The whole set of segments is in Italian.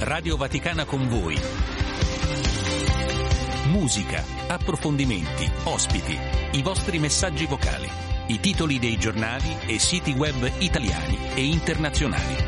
Radio Vaticana con voi. Musica, approfondimenti, ospiti, i vostri messaggi vocali, i titoli dei giornali e siti web italiani e internazionali.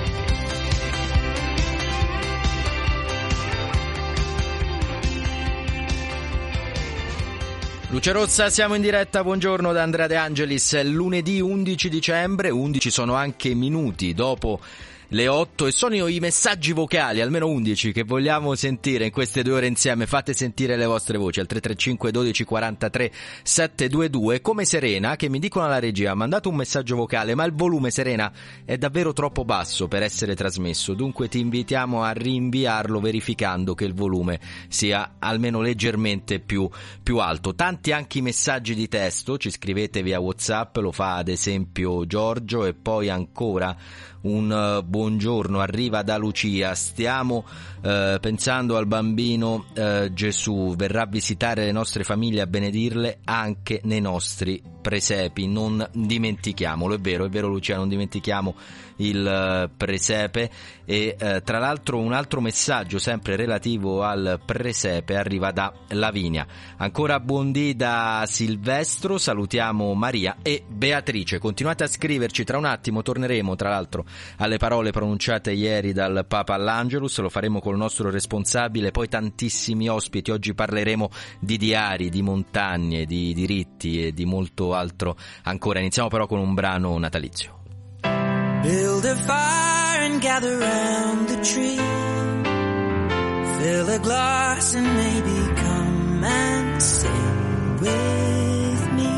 Luce Rossa, siamo in diretta, buongiorno da Andrea De Angelis, lunedì 11 dicembre, 11 sono anche minuti dopo le 8 e sono i messaggi vocali, almeno 11, che vogliamo sentire in queste 2 ore insieme. Fate sentire le vostre voci al 335 12 43 722, come Serena, che mi dicono alla regia: ha mandato un messaggio vocale, ma il volume, Serena, è davvero troppo basso per essere trasmesso, dunque ti invitiamo a rinviarlo verificando che il volume sia almeno leggermente più alto. Tanti anche i messaggi di testo, ci scrivete via WhatsApp, lo fa ad esempio Giorgio, e poi ancora un buongiorno arriva da Lucia: stiamo pensando al bambino Gesù, verrà a visitare le nostre famiglie, a benedirle anche nei nostri presepi, non dimentichiamolo. È vero Lucia, non dimentichiamo il presepe. E tra l'altro un altro messaggio sempre relativo al presepe arriva da Lavinia. Ancora buondì da Silvestro, salutiamo Maria e Beatrice. Continuate a scriverci, tra un attimo torneremo tra l'altro alle parole pronunciate ieri dal Papa all'Angelus, lo faremo col nostro responsabile, poi tantissimi ospiti. Oggi parleremo di diari, di montagne, di diritti e di molto altro ancora. Iniziamo però con un brano natalizio. Build a fire and gather round the tree, fill a glass and maybe come and sing with me.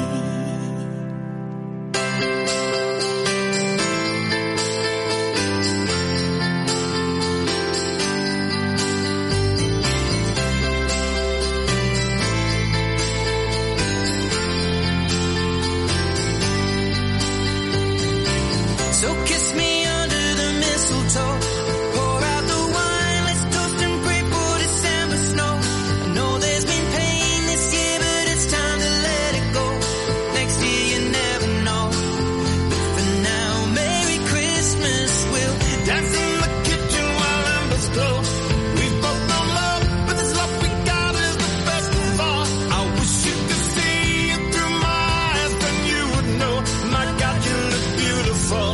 So kiss me under the mistletoe, pour out the wine, let's toast and pray for December snow. I know there's been pain this year, but it's time to let it go. Next year you never know. But for now, Merry Christmas, we'll dance in the kitchen while embers glow. We've both known love, but this love we got is the best of all. I wish you could see it through my eyes, then you would know. My God, you look beautiful.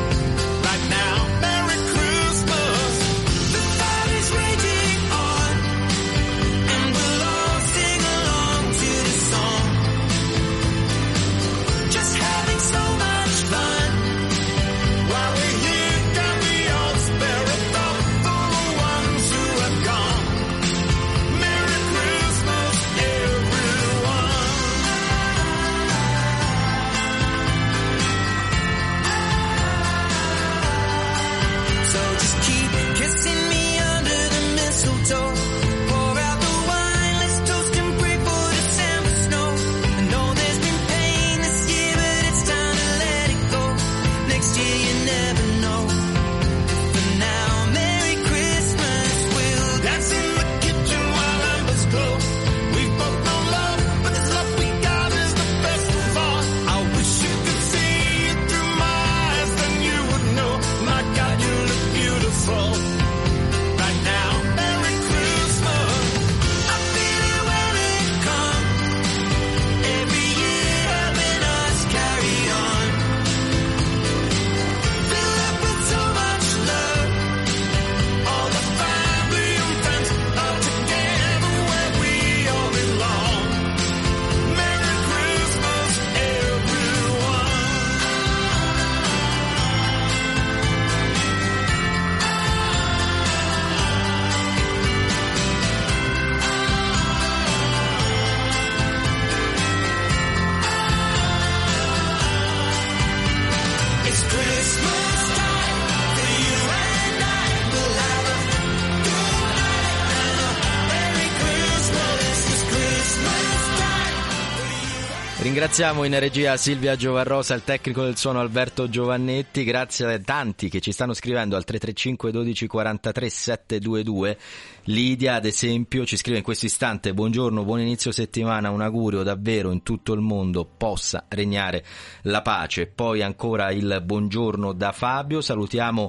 Ringraziamo in regia Silvia Giovarrosa, il tecnico del suono Alberto Giovannetti, grazie a tanti che ci stanno scrivendo al 335 12 43 722. Lidia ad esempio ci scrive in questo istante: buongiorno, buon inizio settimana, un augurio davvero in tutto il mondo possa regnare la pace. Poi ancora il buongiorno da Fabio, salutiamo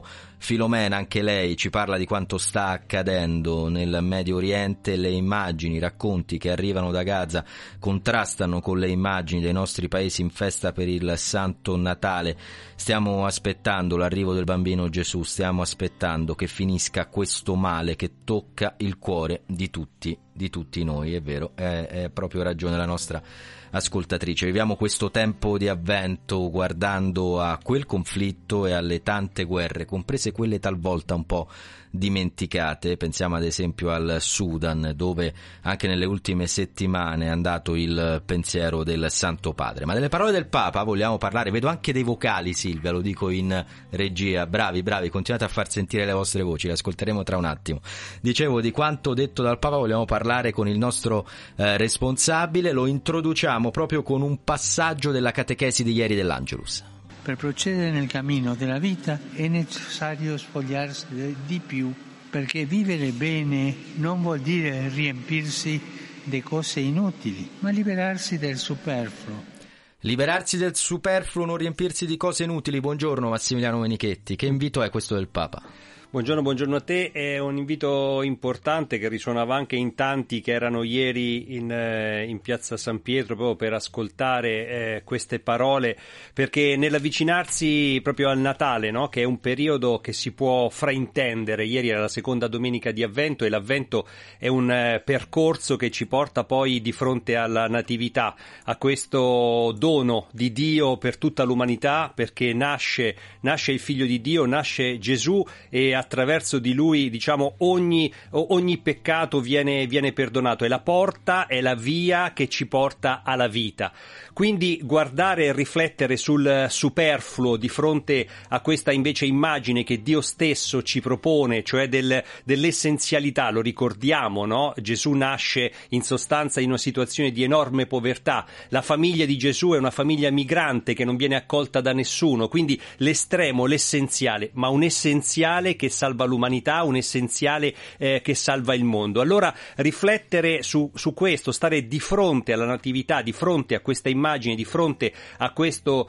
Filomena, anche lei ci parla di quanto sta accadendo nel Medio Oriente. Le immagini, i racconti che arrivano da Gaza contrastano con le immagini dei nostri paesi in festa per il Santo Natale. Stiamo aspettando l'arrivo del bambino Gesù, stiamo aspettando che finisca questo male che tocca il cuore di tutti noi. È vero, è proprio ragione la nostra ascoltatrice. Viviamo questo tempo di avvento guardando a quel conflitto e alle tante guerre, comprese quelle talvolta un po' dimenticate. Pensiamo ad esempio al Sudan, dove anche nelle ultime settimane è andato il pensiero del Santo Padre. Ma delle parole del Papa vogliamo parlare. Vedo anche dei vocali, Silvia, lo dico in regia. Bravi, continuate a far sentire le vostre voci, le ascolteremo tra un attimo. Dicevo, di quanto detto dal Papa vogliamo parlare con il nostro responsabile. Lo introduciamo proprio con un passaggio della catechesi di ieri dell'Angelus. Per procedere nel cammino della vita è necessario spogliarsi di più, perché vivere bene non vuol dire riempirsi di cose inutili, ma liberarsi del superfluo. Liberarsi del superfluo, non riempirsi di cose inutili. Buongiorno Massimiliano Menichetti, che invito è questo del Papa? Buongiorno a te. È un invito importante che risuonava anche in tanti che erano ieri in piazza San Pietro proprio per ascoltare queste parole, perché nell'avvicinarsi proprio al Natale, no? Che è un periodo che si può fraintendere. Ieri era la seconda domenica di Avvento e l'Avvento è un percorso che ci porta poi di fronte alla Natività, a questo dono di Dio per tutta l'umanità, perché nasce il Figlio di Dio, nasce Gesù, e attraverso di lui, diciamo, ogni peccato viene perdonato. È la porta, è la via che ci porta alla vita. Quindi guardare e riflettere sul superfluo di fronte a questa invece immagine che Dio stesso ci propone, cioè dell'essenzialità. Lo ricordiamo, no? Gesù nasce in sostanza in una situazione di enorme povertà. La famiglia di Gesù è una famiglia migrante che non viene accolta da nessuno, quindi l'estremo, l'essenziale, ma un essenziale che salva l'umanità, un essenziale che salva il mondo. Allora riflettere su questo, stare di fronte alla Natività, di fronte a questa immagine, di fronte a questo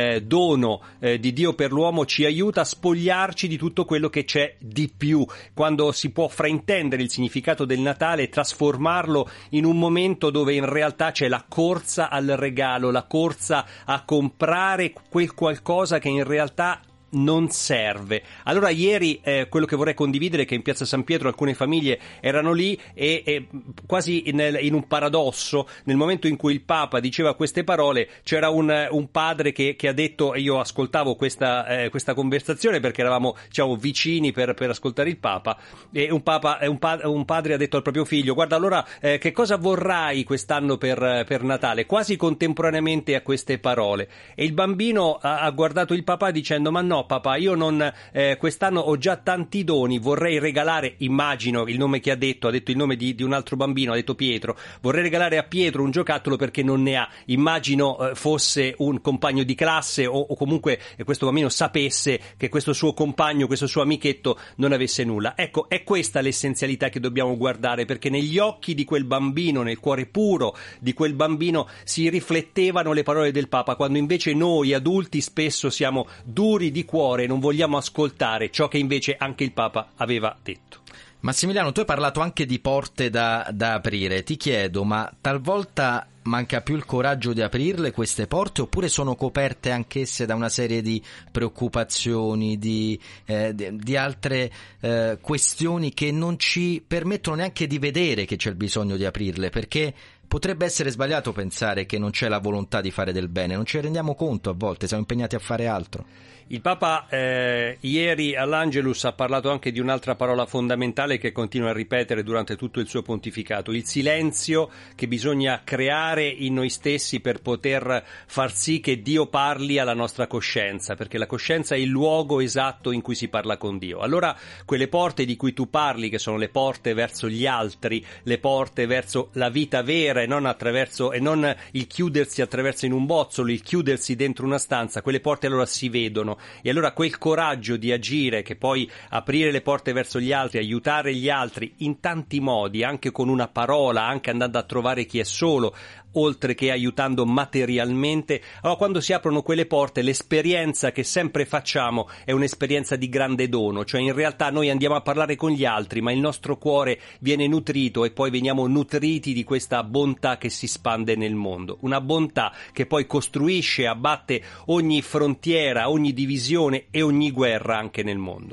dono di Dio per l'uomo, ci aiuta a spogliarci di tutto quello che c'è di più, quando si può fraintendere il significato del Natale e trasformarlo in un momento dove in realtà c'è la corsa al regalo, la corsa a comprare quel qualcosa che in realtà non serve. Allora ieri quello che vorrei condividere è che in piazza San Pietro alcune famiglie erano lì e quasi in un paradosso, nel momento in cui il Papa diceva queste parole, c'era un padre che ha detto, e io ascoltavo questa conversazione perché eravamo, diciamo, vicini per ascoltare il Papa, e un padre ha detto al proprio figlio: guarda, allora che cosa vorrai quest'anno per Natale? Quasi contemporaneamente a queste parole, e il bambino ha guardato il papà dicendo: ma no papà, io non quest'anno ho già tanti doni, vorrei regalare, immagino il nome che ha detto il nome di un altro bambino, ha detto Pietro, vorrei regalare a Pietro un giocattolo perché non ne ha. Immagino fosse un compagno di classe o comunque questo bambino sapesse che questo suo compagno, questo suo amichetto non avesse nulla. Ecco, è questa l'essenzialità che dobbiamo guardare, perché negli occhi di quel bambino, nel cuore puro di quel bambino si riflettevano le parole del Papa, quando invece noi adulti spesso siamo duri di cuore e non vogliamo ascoltare ciò che invece anche il Papa aveva detto. Massimiliano, tu hai parlato anche di porte da aprire. Ti chiedo, ma talvolta manca più il coraggio di aprirle queste porte, oppure sono coperte anch'esse da una serie di preoccupazioni, di altre questioni che non ci permettono neanche di vedere che c'è il bisogno di aprirle? Perché potrebbe essere sbagliato pensare che non c'è la volontà di fare del bene, non ci rendiamo conto, a volte siamo impegnati a fare altro. Il Papa ieri all'Angelus ha parlato anche di un'altra parola fondamentale che continua a ripetere durante tutto il suo pontificato: il silenzio che bisogna creare in noi stessi per poter far sì che Dio parli alla nostra coscienza, perché la coscienza è il luogo esatto in cui si parla con Dio. Allora quelle porte di cui tu parli, che sono le porte verso gli altri, le porte verso la vita vera e non il chiudersi attraverso in un bozzolo, il chiudersi dentro una stanza, quelle porte allora si vedono, e allora quel coraggio di agire, che poi aprire le porte verso gli altri, aiutare gli altri in tanti modi, anche con una parola, anche andando a trovare chi è solo, oltre che aiutando materialmente, allora quando si aprono quelle porte l'esperienza che sempre facciamo è un'esperienza di grande dono, cioè in realtà noi andiamo a parlare con gli altri, ma il nostro cuore viene nutrito e poi veniamo nutriti di questa bontà che si spande nel mondo, una bontà che poi costruisce, abbatte ogni frontiera, ogni divisione e ogni guerra anche nel mondo.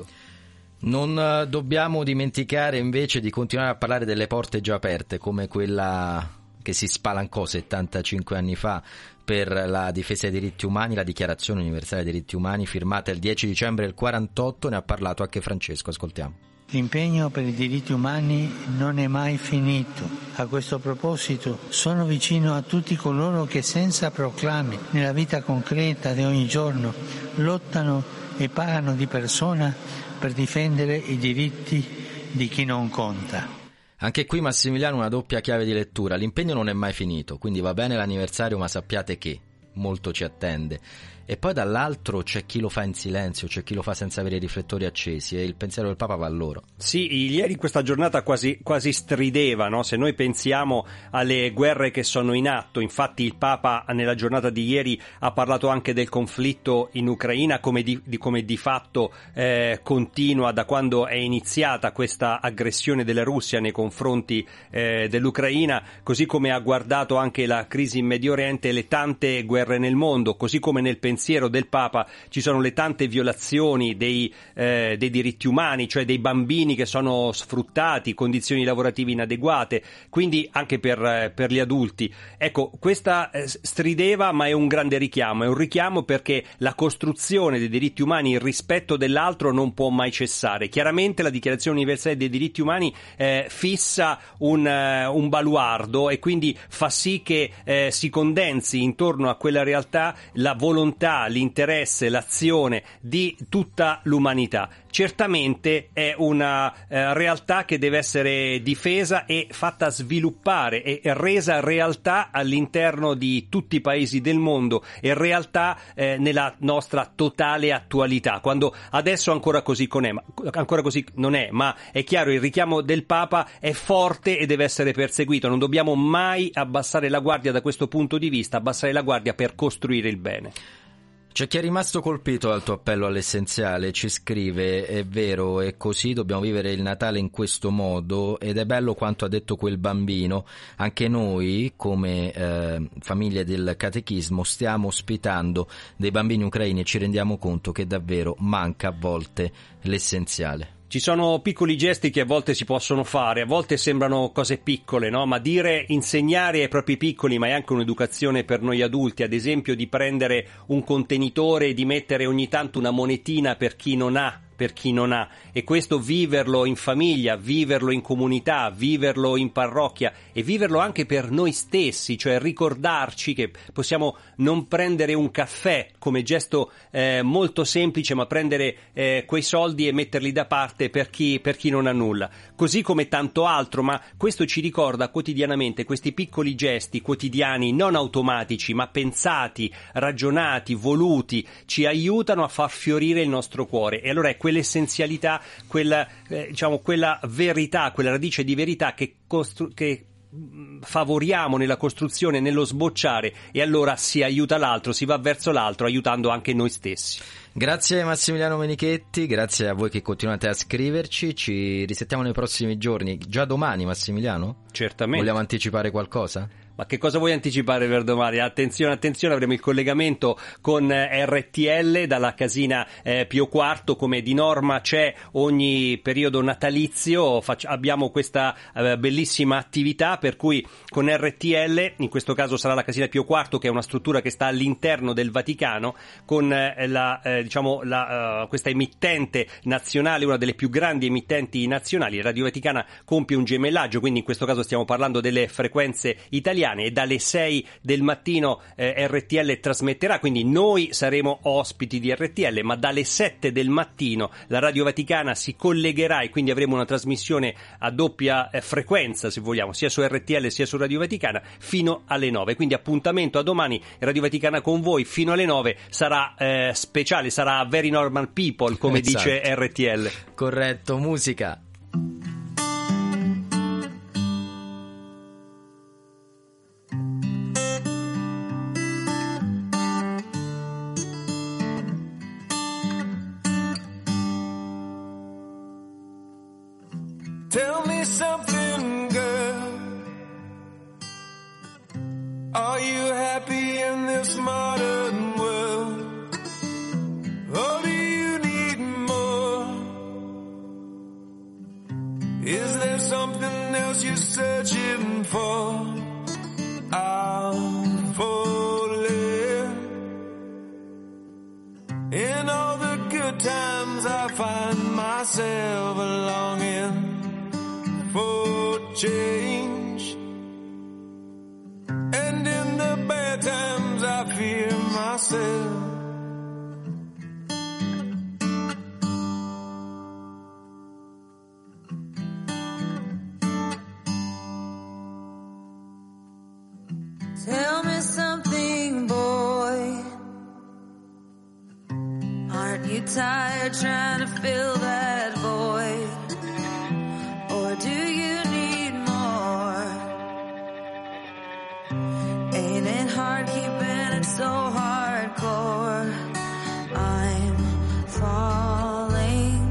Non dobbiamo dimenticare invece di continuare a parlare delle porte già aperte, come quella che si spalancò 75 anni fa per la difesa dei diritti umani, la Dichiarazione Universale dei Diritti Umani, firmata il 10 dicembre del 48, ne ha parlato anche Francesco, ascoltiamo. L'impegno per i diritti umani non è mai finito. A questo proposito sono vicino a tutti coloro che senza proclami nella vita concreta di ogni giorno lottano e pagano di persona per difendere i diritti di chi non conta. Anche qui, Massimiliano, una doppia chiave di lettura. L'impegno non è mai finito, quindi va bene l'anniversario, ma sappiate che molto ci attende. E poi dall'altro c'è chi lo fa in silenzio, c'è chi lo fa senza avere i riflettori accesi, e il pensiero del Papa va a loro. Sì, ieri questa giornata quasi strideva, no? Se noi pensiamo alle guerre che sono in atto, infatti il Papa nella giornata di ieri ha parlato anche del conflitto in Ucraina, come di fatto continua da quando è iniziata questa aggressione della Russia nei confronti dell'Ucraina, così come ha guardato anche la crisi in Medio Oriente e le tante guerre nel mondo, così come nel pensiero del Papa ci sono le tante violazioni dei diritti umani, cioè dei bambini che sono sfruttati, condizioni lavorative inadeguate, quindi anche per gli adulti. Ecco, questa strideva, ma è un grande richiamo, è un richiamo perché la costruzione dei diritti umani, il rispetto dell'altro non può mai cessare. Chiaramente la Dichiarazione Universale dei Diritti Umani fissa un baluardo e quindi fa sì che si condensi intorno a quella realtà la volontà, l'interesse, l'azione di tutta l'umanità. Certamente è una realtà che deve essere difesa e fatta sviluppare e resa realtà all'interno di tutti i paesi del mondo e realtà nella nostra totale attualità, quando adesso ancora così non è, ma è chiaro, il richiamo del Papa è forte e deve essere perseguito. Non dobbiamo mai abbassare la guardia da questo punto di vista, abbassare la guardia per costruire il bene. C'è chi è rimasto colpito dal tuo appello all'essenziale, ci scrive: è vero, è così, dobbiamo vivere il Natale in questo modo, ed è bello quanto ha detto quel bambino. Anche noi, come famiglie del catechismo, stiamo ospitando dei bambini ucraini e ci rendiamo conto che davvero manca a volte l'essenziale. Ci sono piccoli gesti che a volte si possono fare, a volte sembrano cose piccole, no? Ma insegnare ai propri piccoli, ma è anche un'educazione per noi adulti, ad esempio di prendere un contenitore e di mettere ogni tanto una monetina per chi non ha, e questo viverlo in famiglia, viverlo in comunità, viverlo in parrocchia e viverlo anche per noi stessi, cioè ricordarci che possiamo non prendere un caffè come gesto molto semplice, ma prendere quei soldi e metterli da parte per chi non ha nulla, così come tanto altro. Ma questo ci ricorda quotidianamente, questi piccoli gesti quotidiani non automatici ma pensati, ragionati, voluti, ci aiutano a far fiorire il nostro cuore. E allora è quell'essenzialità, quella verità, quella radice di verità che favoriamo nella costruzione, nello sbocciare, e allora si aiuta l'altro, si va verso l'altro aiutando anche noi stessi. Grazie Massimiliano Menichetti, grazie a voi che continuate a scriverci, ci risettiamo nei prossimi giorni, già domani Massimiliano? Certamente. Vogliamo anticipare qualcosa? Ma che cosa vuoi anticipare per domani? Attenzione, avremo il collegamento con RTL dalla casina Pio IV, come di norma c'è ogni periodo natalizio, abbiamo questa bellissima attività per cui con RTL, in questo caso sarà la casina Pio IV, che è una struttura che sta all'interno del Vaticano, con questa emittente nazionale, una delle più grandi emittenti nazionali. Radio Vaticana compie un gemellaggio, quindi in questo caso stiamo parlando delle frequenze italiane. italiane, e dalle 6 del mattino RTL trasmetterà, quindi noi saremo ospiti di RTL, ma dalle 7 del mattino la Radio Vaticana si collegherà e quindi avremo una trasmissione a doppia frequenza, se vogliamo, sia su RTL sia su Radio Vaticana fino alle 9. Quindi appuntamento a domani, Radio Vaticana con voi fino alle 9, sarà speciale, sarà Very Normal People, come dice RTL. Corretto, musica. Tell me something, girl. Are you happy in this modern world? Or do you need more? Is there something else you're searching for? I'm falling. In all the good times I find myself longing for change, and in the bad times I fear myself. Tell me something, boy. Aren't you tired trying to fill that void? Or do you need more? Ain't it hard keeping it so hardcore? I'm falling.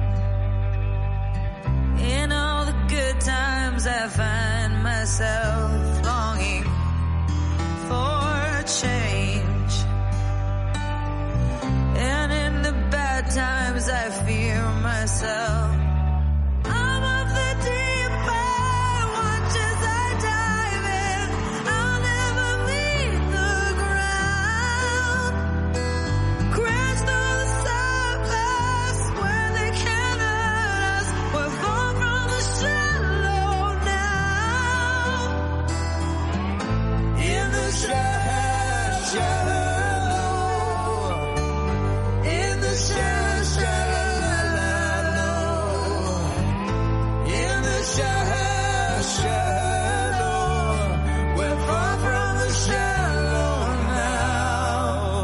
In all the good times I find myself longing for change, and in the bad times I fear myself. I'm of the deep end, watch as I dive in. I'll never meet the ground. Crash through the surface where they can't hurt us. We're far from the shallow now. In the shallow, in the shallow, we're far from the shallow now.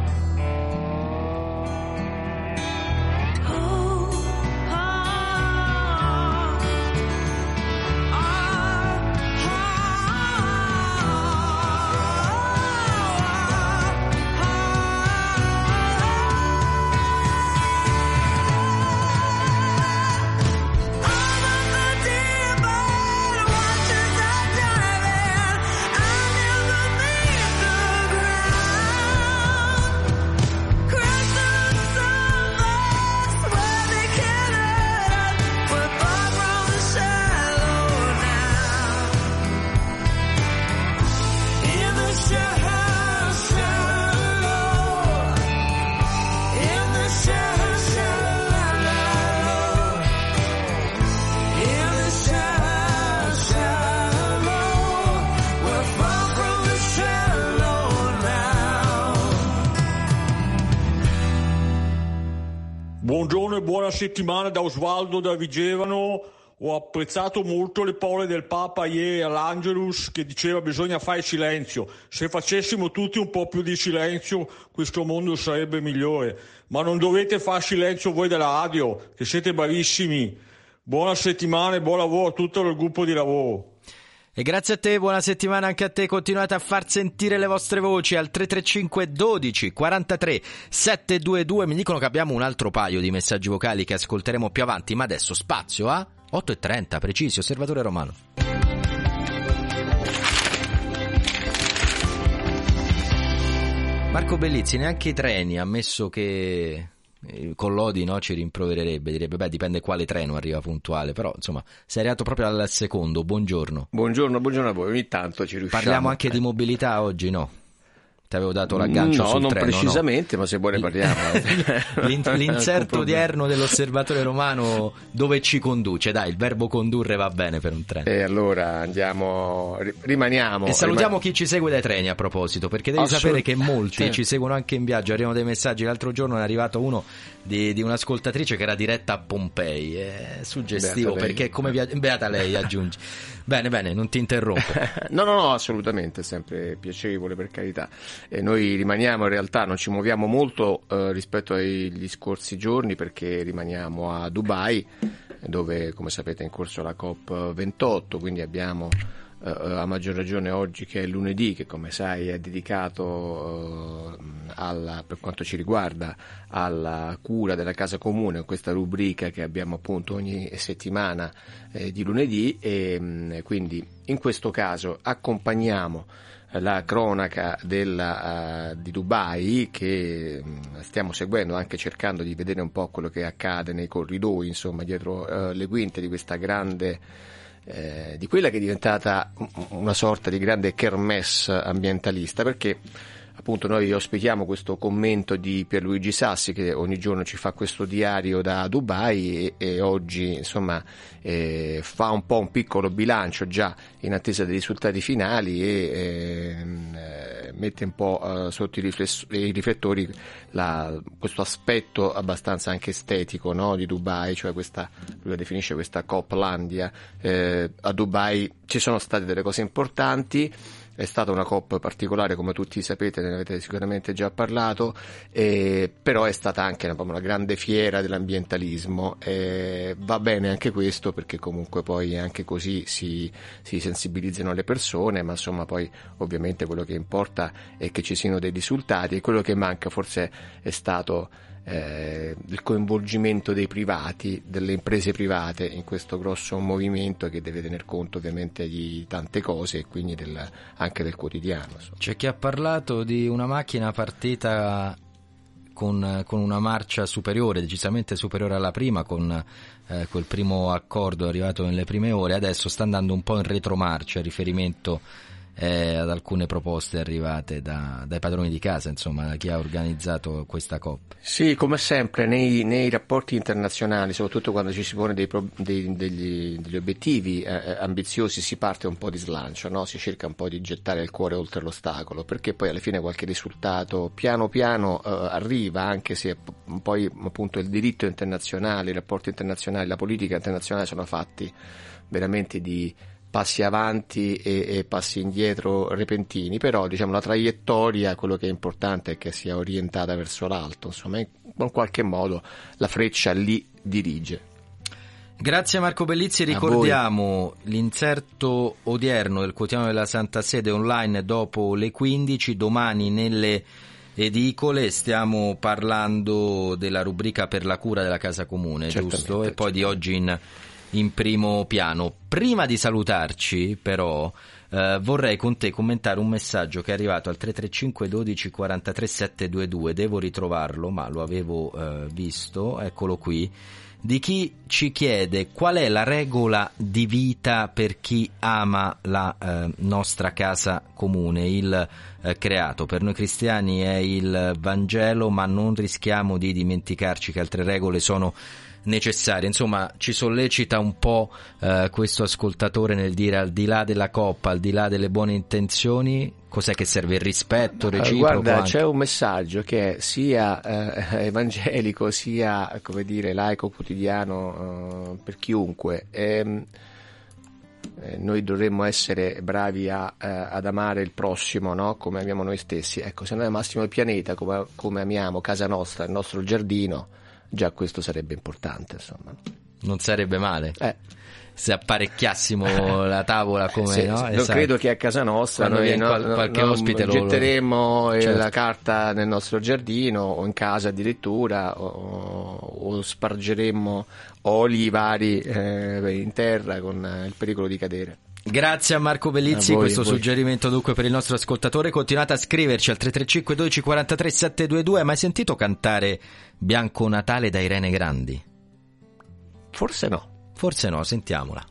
Buongiorno e buona settimana da Osvaldo da Vigevano. Ho apprezzato molto le parole del Papa ieri all'Angelus, che diceva bisogna fare silenzio. Se facessimo tutti un po' più di silenzio, questo mondo sarebbe migliore. Ma non dovete fare silenzio voi della radio, che siete bravissimi. Buona settimana e buon lavoro a tutto il gruppo di lavoro. E grazie a te, buona settimana anche a te. Continuate a far sentire le vostre voci al 335 12 43 722. Mi dicono che abbiamo un altro paio di messaggi vocali che ascolteremo più avanti, ma adesso spazio a 8:30 precisi, Osservatore Romano. Marco Bellizzi, neanche i treni, ammesso che Collodi, no, ci rimprovererebbe, direbbe beh, dipende quale treno arriva puntuale, però insomma sei arrivato proprio al secondo. Buongiorno a voi, ogni tanto ci riusciamo. Parliamo anche di mobilità oggi, no? ti avevo dato l'aggancio sul non treno. precisamente, ma se vuoi ne parliamo. L'inserto odierno dell'Osservatore Romano, dove ci conduce? Dai, il verbo condurre va bene per un treno. E allora rimaniamo. E salutiamo chi ci segue dai treni, a proposito, perché devi sapere che molti ci seguono anche in viaggio. Arrivano dei messaggi. L'altro giorno è arrivato uno di un'ascoltatrice che era diretta a Pompei. È suggestivo, perché è come beata lei, aggiungi. Bene, non ti interrompo. No, assolutamente, è sempre piacevole, per carità. Noi rimaniamo, in realtà non ci muoviamo molto rispetto agli scorsi giorni, perché rimaniamo a Dubai, dove, come sapete, è in corso la COP28, quindi abbiamo a maggior ragione oggi, che è lunedì, che come sai è dedicato per quanto ci riguarda alla cura della casa comune, questa rubrica che abbiamo appunto ogni settimana di lunedì, e quindi in questo caso accompagniamo la cronaca di Dubai, che stiamo seguendo, anche cercando di vedere un po' quello che accade nei corridoi, insomma, dietro le quinte di questa grande di quella che è diventata una sorta di grande kermesse ambientalista, perché appunto noi ospitiamo questo commento di Pierluigi Sassi, che ogni giorno ci fa questo diario da Dubai, e oggi insomma fa un po' un piccolo bilancio già in attesa dei risultati finali, e mette un po' sotto i riflettori questo aspetto abbastanza anche estetico, no, di Dubai, cioè lui la definisce questa Coplandia. A Dubai ci sono state delle cose importanti. È stata una COP particolare, come tutti sapete, ne avete sicuramente già parlato, però è stata anche una grande fiera dell'ambientalismo. Va bene anche questo, perché comunque poi anche così si sensibilizzano le persone, ma insomma poi ovviamente quello che importa è che ci siano dei risultati, e quello che manca forse è stato il coinvolgimento dei privati, delle imprese private, in questo grosso movimento che deve tener conto ovviamente di tante cose, e quindi anche del quotidiano, insomma. C'è chi ha parlato di una macchina partita con una marcia superiore, decisamente superiore alla prima, con quel primo accordo arrivato nelle prime ore. Adesso sta andando un po' in retromarcia, riferimento ad alcune proposte arrivate dai padroni di casa, insomma, da chi ha organizzato questa COP. Sì, come sempre nei rapporti internazionali, soprattutto quando ci si pone degli obiettivi ambiziosi, si parte un po' di slancio, no? Si cerca un po' di gettare il cuore oltre l'ostacolo, perché poi alla fine qualche risultato piano piano arriva, anche se poi appunto il diritto internazionale, i rapporti internazionali, la politica internazionale sono fatti veramente di passi avanti e passi indietro repentini, però diciamo la traiettoria, quello che è importante è che sia orientata verso l'alto, insomma, in qualche modo la freccia lì dirige. Grazie Marco Bellizzi, ricordiamo l'inserto odierno del quotidiano della Santa Sede online dopo le 15, domani nelle edicole. Stiamo parlando della rubrica per la cura della casa comune, giusto? E poi di oggi in primo piano. Prima di salutarci però vorrei con te commentare un messaggio che è arrivato al 335 12 43 722, devo ritrovarlo ma lo avevo visto, eccolo qui, di chi ci chiede qual è la regola di vita per chi ama la nostra casa comune, il creato. Per noi cristiani è il Vangelo, ma non rischiamo di dimenticarci che altre regole sono necessarie. Insomma, ci sollecita un po' questo ascoltatore nel dire, al di là della coppa, al di là delle buone intenzioni, cos'è che serve? Il rispetto reciproco? Guarda, anche? c'è un messaggio che è sia evangelico sia, come dire, laico, quotidiano, per chiunque. Noi dovremmo essere bravi ad amare il prossimo, no? Come amiamo noi stessi. Ecco, se noi amassimo il pianeta come amiamo casa nostra, il nostro giardino, già questo sarebbe importante, insomma. Non sarebbe male se apparecchiassimo la tavola come sì, no? Non esatto. Credo che a casa nostra noi qualche ospite getteremo certo. la carta nel nostro giardino, o in casa addirittura, o spargeremo oli vari in terra con il pericolo di cadere. Grazie a Marco Bellizzi, questo suggerimento dunque per il nostro ascoltatore. Continuate a scriverci al 335 12 43 722. Hai mai sentito cantare Bianco Natale da Irene Grandi? Forse no. Forse no, sentiamola.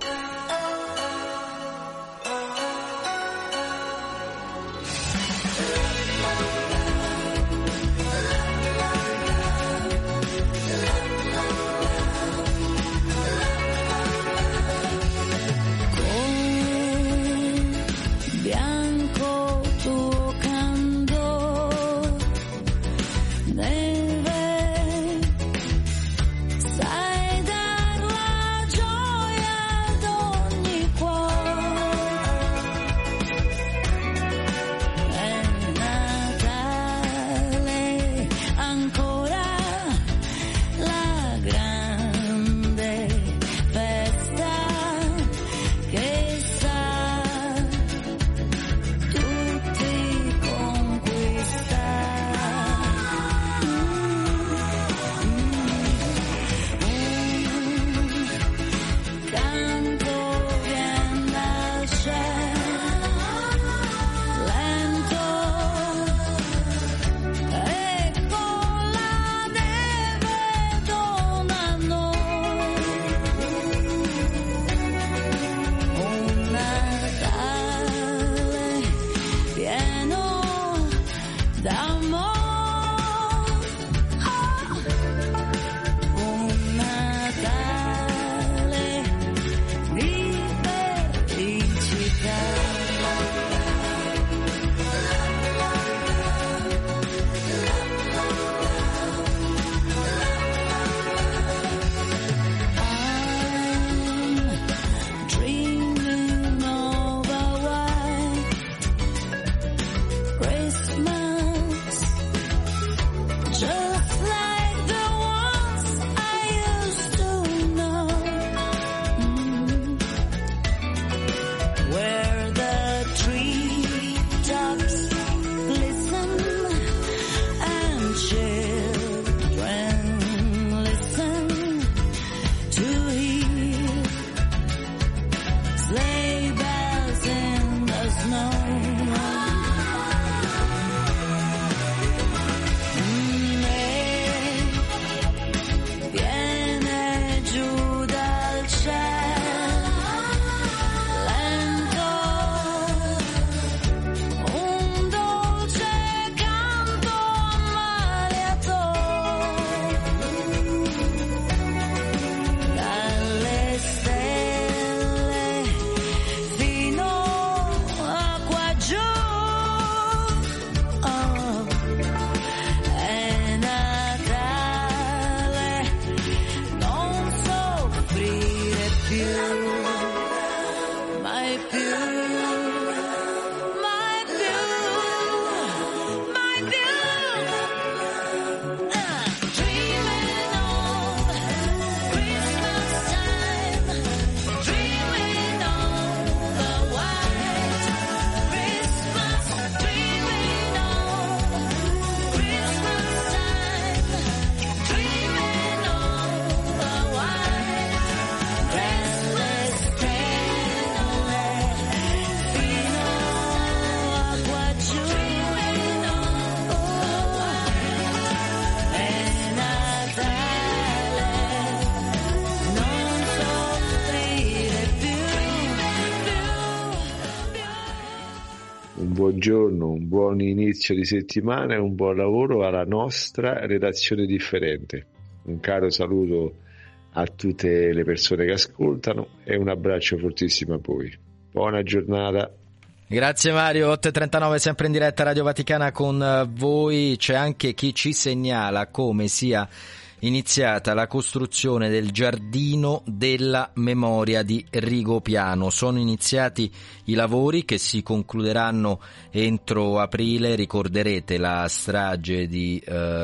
buongiorno, un buon inizio di settimana e un buon lavoro alla nostra redazione differente. Un caro saluto a tutte le persone che ascoltano e un abbraccio fortissimo a voi. Buona giornata. Grazie Mario, 8:39 sempre in diretta Radio Vaticana con voi. C'è anche chi ci segnala come sia iniziata la costruzione del giardino della memoria di Rigopiano. Sono iniziati i lavori che si concluderanno entro aprile. Ricorderete la strage di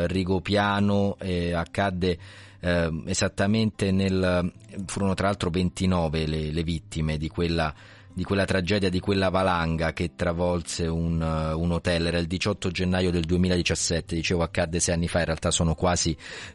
Rigopiano, accadde esattamente furono tra l'altro 29 le vittime di quella tragedia, di quella valanga che travolse un hotel. Era il 18 gennaio del 2017, dicevo accadde 6 anni fa, in realtà sono quasi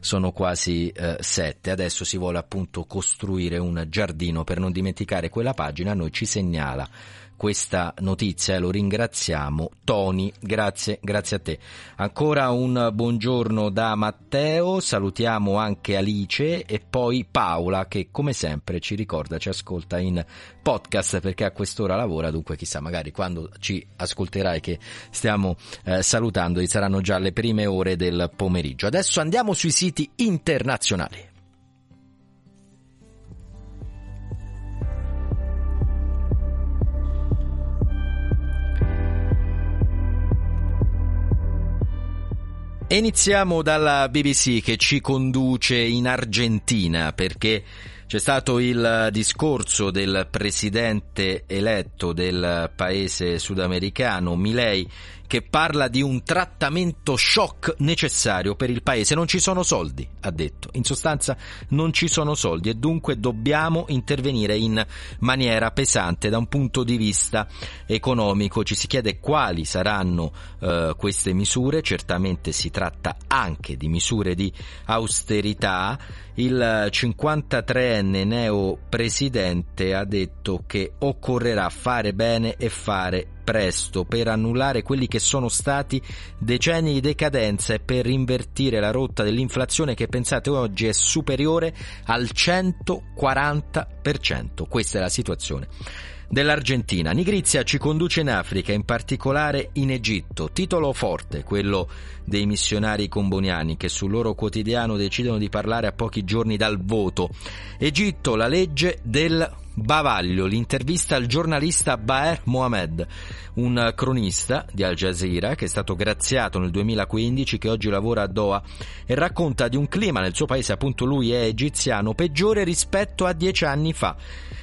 7. Adesso si vuole appunto costruire un giardino per non dimenticare quella pagina. A noi ci segnala questa notizia e lo ringraziamo. Tony, grazie a te. Ancora un buongiorno da Matteo, salutiamo anche Alice e poi Paola che come sempre ci ricorda, ci ascolta in podcast perché a quest'ora lavora, dunque chissà, magari quando ci ascolterai che stiamo salutando saranno già le prime ore del pomeriggio. Adesso andiamo sui siti internazionali. E iniziamo dalla BBC che ci conduce in Argentina, perché c'è stato il discorso del presidente eletto del paese sudamericano, Milei, che parla di un trattamento shock necessario per il paese. Non ci sono soldi, ha detto. In sostanza non ci sono soldi e dunque dobbiamo intervenire in maniera pesante da un punto di vista economico. Ci si chiede quali saranno queste misure. Certamente si tratta anche di misure di austerità. Il 53enne neopresidente ha detto che occorrerà fare bene e fare presto per annullare quelli che sono stati decenni di decadenza e per invertire la rotta dell'inflazione che, pensate, oggi è superiore al 140%. Questa è la situazione dell'Argentina. Nigrizia ci conduce in Africa, in particolare in Egitto. Titolo forte, quello dei missionari comboniani che sul loro quotidiano decidono di parlare a pochi giorni dal voto. Egitto, la legge del bavaglio, l'intervista al giornalista Baher Mohamed, un cronista di Al Jazeera che è stato graziato nel 2015, che oggi lavora a Doha e racconta di un clima nel suo paese, appunto lui è egiziano, peggiore rispetto a 10 anni fa.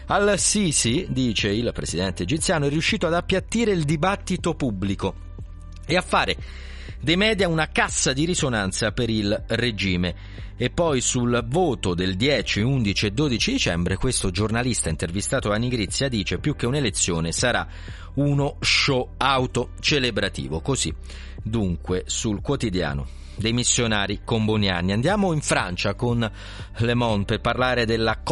Al-Sisi, dice il presidente egiziano, è riuscito ad appiattire il dibattito pubblico e a fare dei media una cassa di risonanza per il regime. E poi sul voto del 10, 11 e 12 dicembre questo giornalista intervistato a Nigrizia dice: più che un'elezione sarà uno show autocelebrativo. Così dunque sul quotidiano dei missionari comboniani. Andiamo in Francia con Le Monde per parlare della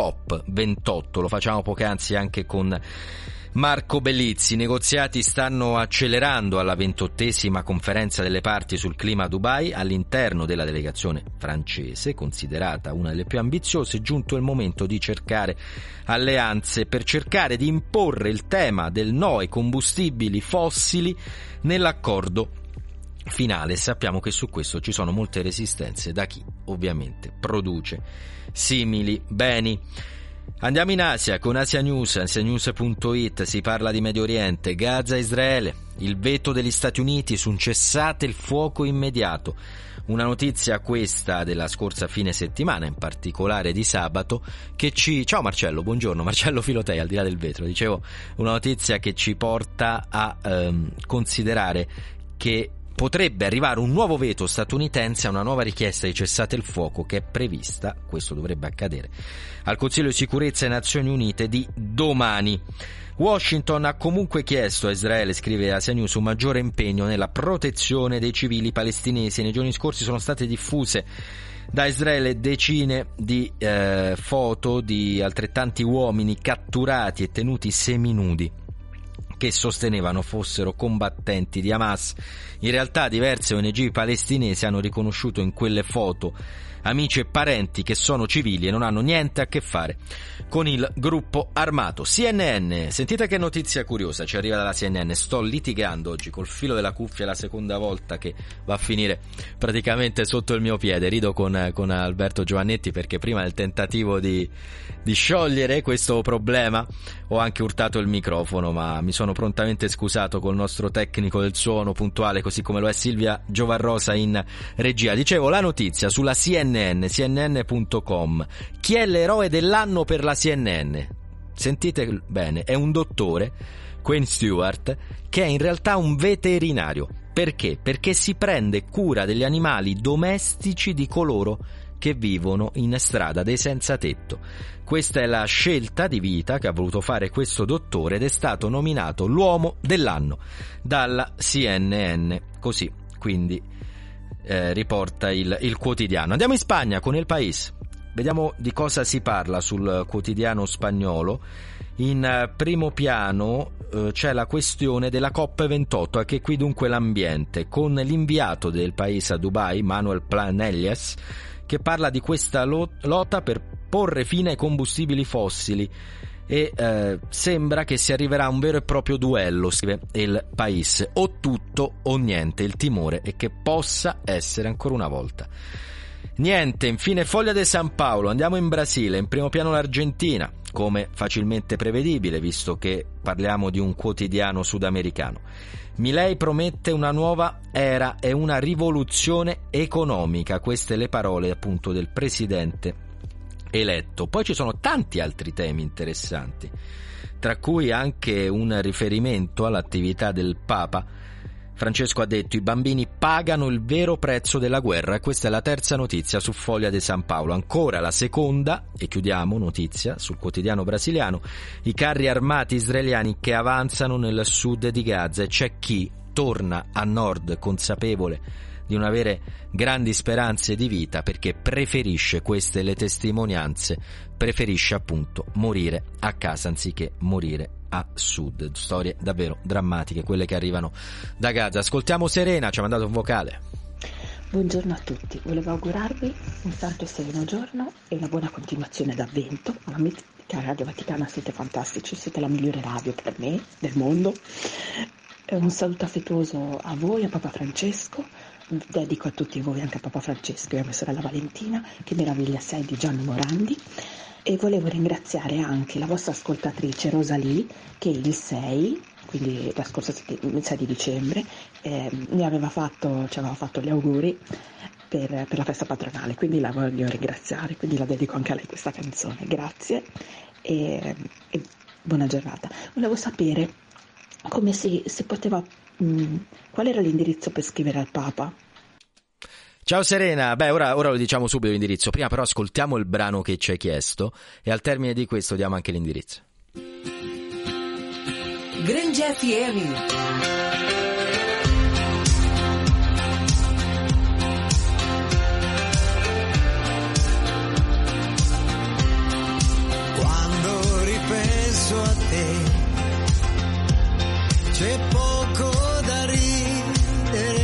COP28. Lo facciamo poc'anzi anche con Marco Bellizzi. I negoziati stanno accelerando alla 28ª conferenza delle parti sul clima a Dubai. All'interno della delegazione francese, considerata una delle più ambiziose, è giunto il momento di cercare alleanze per cercare di imporre il tema del no ai combustibili fossili nell'accordo finale. Sappiamo che su questo ci sono molte resistenze da chi ovviamente produce simili beni. Andiamo in Asia con Asia News, asianews.it. Si parla di Medio Oriente, Gaza, Israele, il veto degli Stati Uniti su un cessate il fuoco immediato. Una notizia questa della scorsa fine settimana, in particolare di sabato, che ci... Ciao Marcello, buongiorno, Marcello Filotei, al di là del vetro. Dicevo, una notizia che ci porta a considerare che potrebbe arrivare un nuovo veto statunitense a una nuova richiesta di cessate il fuoco che è prevista, questo dovrebbe accadere, al Consiglio di Sicurezza delle Nazioni Unite di domani. Washington ha comunque chiesto a Israele, scrive Asia News, un maggiore impegno nella protezione dei civili palestinesi. Nei giorni scorsi sono state diffuse da Israele decine di foto di altrettanti uomini catturati e tenuti seminudi che sostenevano fossero combattenti di Hamas. In realtà diverse ONG palestinesi hanno riconosciuto in quelle foto amici e parenti che sono civili e non hanno niente a che fare con il gruppo armato. CNN, sentite che notizia curiosa ci arriva dalla CNN. Sto litigando oggi col filo della cuffia, la seconda volta che va a finire praticamente sotto il mio piede. Rido con Alberto Giovannetti perché prima nel tentativo di sciogliere questo problema ho anche urtato il microfono, ma mi sono prontamente scusato col nostro tecnico del suono puntuale, così come lo è Silvia Giovarrosa in regia. Dicevo, la notizia sulla CNN.com. Chi è l'eroe dell'anno per la CNN? Sentite bene, è un dottore, Quinn Stewart, che è in realtà un veterinario. Perché? Perché si prende cura degli animali domestici di coloro che vivono in strada, dei senza tetto. Questa è la scelta di vita che ha voluto fare questo dottore ed è stato nominato l'uomo dell'anno dalla CNN. Così, quindi riporta il quotidiano. Andiamo in Spagna con El País. Vediamo di cosa si parla sul quotidiano spagnolo. In primo piano c'è la questione della COP28, anche qui dunque l'ambiente, con l'inviato del paese a Dubai, Manuel Planelles, che parla di questa lotta per porre fine ai combustibili fossili e sembra che si arriverà a un vero e proprio duello, scrive El País, o tutto o niente. Il timore è che possa essere ancora una volta Niente, infine Folha de San Paolo, andiamo in Brasile, in primo piano l'Argentina, come facilmente prevedibile visto che parliamo di un quotidiano sudamericano. Milei promette una nuova era e una rivoluzione economica, queste le parole appunto del presidente eletto. Poi ci sono tanti altri temi interessanti, tra cui anche un riferimento all'attività del Papa. Francesco ha detto: i bambini pagano il vero prezzo della guerra, e questa è la terza notizia su Folha de San Paolo. Ancora la seconda, e chiudiamo, notizia sul quotidiano brasiliano: i carri armati israeliani che avanzano nel sud di Gaza, e c'è chi torna a nord consapevole di non avere grandi speranze di vita, perché preferisce, queste le testimonianze, preferisce appunto morire a casa anziché morire a sud. Storie davvero drammatiche quelle che arrivano da Gaza. Ascoltiamo Serena, ci ha mandato un vocale. Buongiorno a tutti, volevo augurarvi un santo e sereno giorno e una buona continuazione d'avvento. Alla mitica Radio Vaticana siete fantastici, siete la migliore radio per me del mondo. Un saluto affettuoso a voi, a Papa Francesco. Dedico a tutti voi, anche a Papa Francesco e a mia sorella Valentina. Che meraviglia sei di Gianni Morandi. E volevo ringraziare anche la vostra ascoltatrice Rosalie, che il 6, quindi la scorsa il 6 di dicembre, ci aveva fatto gli auguri per la festa patronale, quindi la voglio ringraziare, quindi la dedico anche a lei questa canzone. Grazie e buona giornata. Volevo sapere come si poteva, qual era l'indirizzo per scrivere al Papa? Ciao Serena, ora lo diciamo subito l'indirizzo, prima però ascoltiamo il brano che ci hai chiesto e al termine di questo diamo anche l'indirizzo. Grande FM. Quando ripenso a te c'è poco da ridere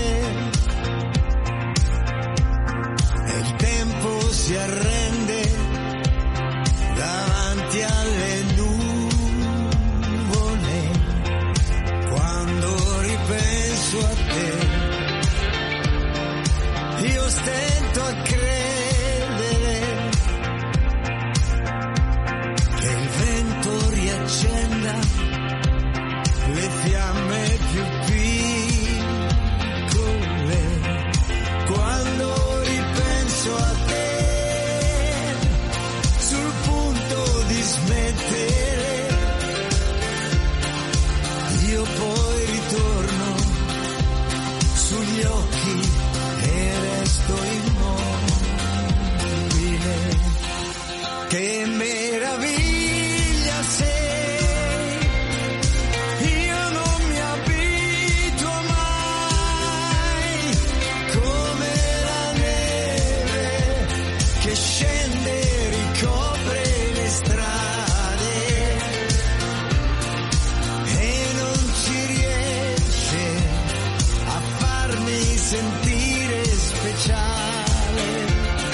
e il tempo si arrende davanti alle nuvole. Quando ripenso a te io stento a credere che il vento riaccenda le fiamme più piccole. Quando ripenso a te sul punto di smettere, io poi ritorno sugli occhi e resto immobile. Che meraviglia sei, io non mi abituo mai, come la neve che scende e ricopre le strade e non ci riesce a farmi sentire speciale.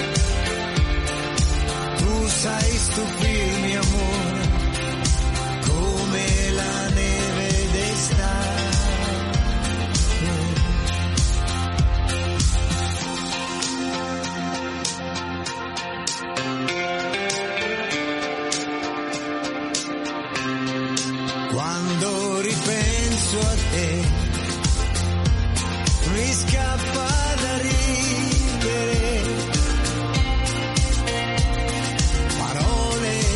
Tu sai stupirmi, amore, come la neve d'estate. Quando ripenso a te mi scappa da ridere, parole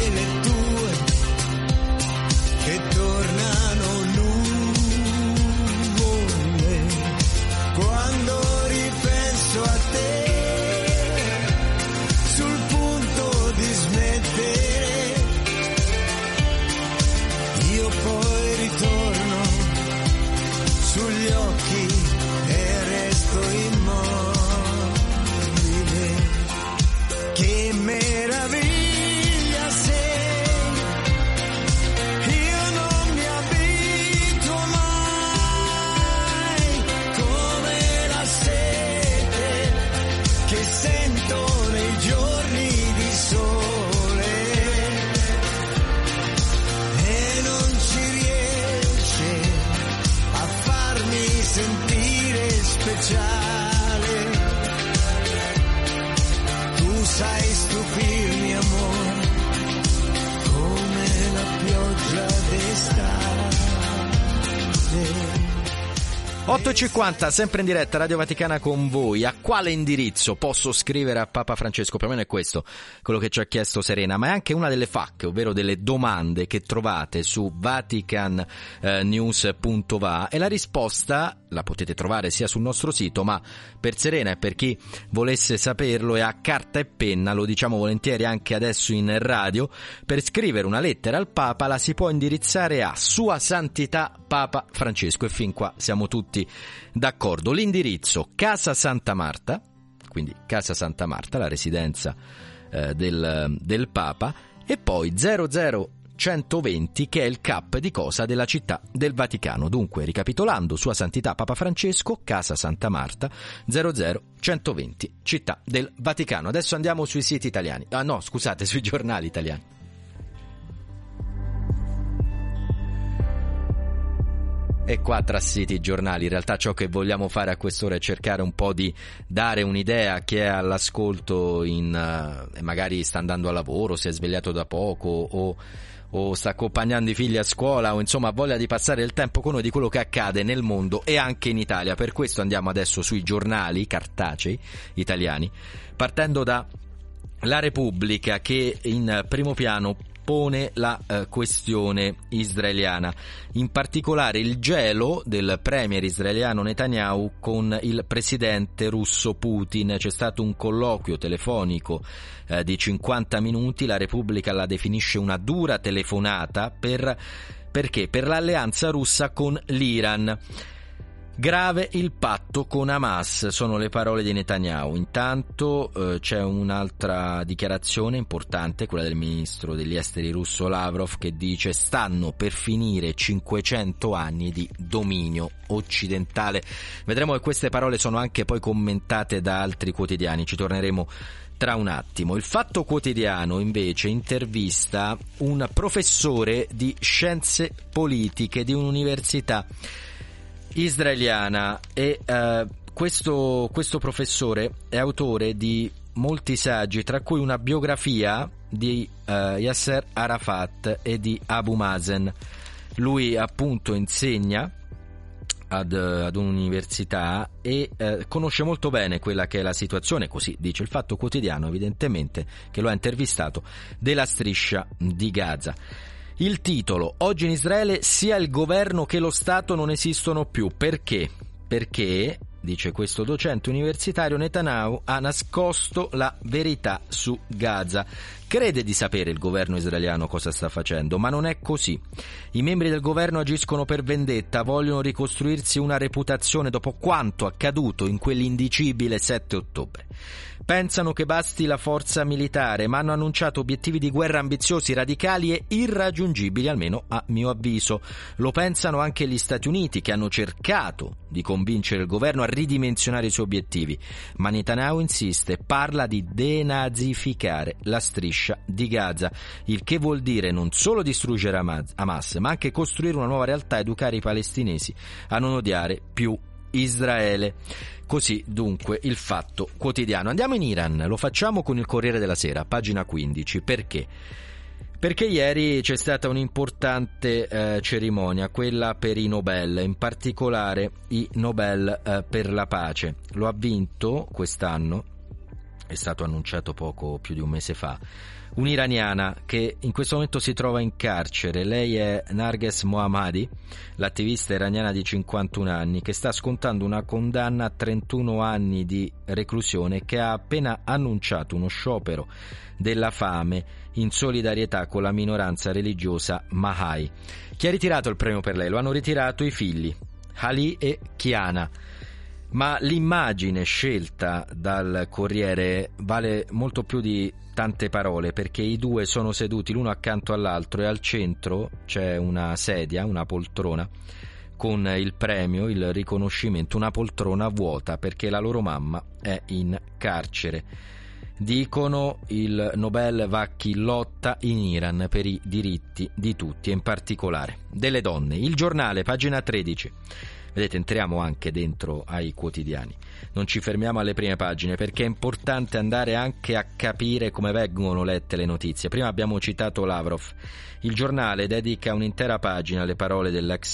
8:50, sempre in diretta, Radio Vaticana con voi. A quale indirizzo posso scrivere a Papa Francesco? Più o meno è questo quello che ci ha chiesto Serena, ma è anche una delle FAQ, ovvero delle domande che trovate su vaticannews.va, e la risposta la potete trovare sia sul nostro sito, ma per Serena e per chi volesse saperlo è a carta e penna, lo diciamo volentieri anche adesso in radio. Per scrivere una lettera al Papa la si può indirizzare a Sua Santità Papa Francesco, e fin qua siamo tutti d'accordo. L'indirizzo: Casa Santa Marta, quindi Casa Santa Marta, la residenza del Papa, e poi 00120, che è il CAP di cosa della città del Vaticano. Dunque, ricapitolando, Sua Santità Papa Francesco, Casa Santa Marta, 00120, città del Vaticano. Adesso andiamo sui siti italiani. Sui giornali italiani. E qua tra siti e giornali, in realtà ciò che vogliamo fare a quest'ora è cercare un po' di dare un'idea a chi è all'ascolto e magari sta andando a lavoro, si è svegliato da poco o sta accompagnando i figli a scuola, o insomma ha voglia di passare il tempo con noi, di quello che accade nel mondo e anche in Italia. Per questo andiamo adesso sui giornali cartacei italiani, partendo da La Repubblica, che in primo piano pone la questione israeliana, in particolare il gelo del premier israeliano Netanyahu con il presidente russo Putin. C'è stato un colloquio telefonico di 50 minuti, La Repubblica la definisce una dura telefonata perché per l'alleanza russa con l'Iran. Grave il patto con Hamas, sono le parole di Netanyahu. Intanto c'è un'altra dichiarazione importante, quella del ministro degli esteri russo Lavrov, che dice: stanno per finire 500 anni di dominio occidentale. Vedremo che queste parole sono anche poi commentate da altri quotidiani, ci torneremo tra un attimo. Il Fatto Quotidiano invece intervista un professore di scienze politiche di un'università israeliana, e questo professore è autore di molti saggi, tra cui una biografia di Yasser Arafat e di Abu Mazen. Lui appunto insegna ad un'università e conosce molto bene quella che è la situazione, così dice il Fatto Quotidiano, evidentemente che lo ha intervistato, della striscia di Gaza. Il titolo: oggi in Israele sia il governo che lo Stato non esistono più. Perché? Perché, dice questo docente universitario, Netanyahu ha nascosto la verità su Gaza. Crede di sapere il governo israeliano cosa sta facendo, ma non è così. I membri del governo agiscono per vendetta, vogliono ricostruirsi una reputazione dopo quanto accaduto in quell'indicibile 7 ottobre. Pensano che basti la forza militare, ma hanno annunciato obiettivi di guerra ambiziosi, radicali e irraggiungibili, almeno a mio avviso. Lo pensano anche gli Stati Uniti, che hanno cercato di convincere il governo a ridimensionare i suoi obiettivi. Ma Netanyahu insiste, parla di denazificare la striscia di Gaza, il che vuol dire non solo distruggere Hamas, ma anche costruire una nuova realtà, educare i palestinesi a non odiare più Israele. Così dunque il Fatto Quotidiano. Andiamo in Iran, lo facciamo con il Corriere della Sera, pagina 15. Perché? Perché ieri c'è stata un'importante cerimonia, quella per i Nobel, in particolare i Nobel per la pace. Lo ha vinto quest'anno, è stato annunciato poco più di un mese fa, un'iraniana che in questo momento si trova in carcere. Lei è Narges Mohammadi, l'attivista iraniana di 51 anni che sta scontando una condanna a 31 anni di reclusione, che ha appena annunciato uno sciopero della fame in solidarietà con la minoranza religiosa Mahai. Chi ha ritirato il premio per lei? Lo hanno ritirato i figli Ali e Kiana. Ma l'immagine scelta dal Corriere vale molto più di tante parole, perché i due sono seduti l'uno accanto all'altro e al centro c'è una sedia, una poltrona con il premio, il riconoscimento, una poltrona vuota perché la loro mamma è in carcere. Dicono il Nobel va a chi lotta in Iran per i diritti di tutti e in particolare delle donne. Il Giornale, pagina 13. Vedete, entriamo anche dentro ai quotidiani, non ci fermiamo alle prime pagine perché è importante andare anche a capire come vengono lette le notizie. Prima abbiamo citato Lavrov. Il Giornale dedica un'intera pagina alle parole dell'ex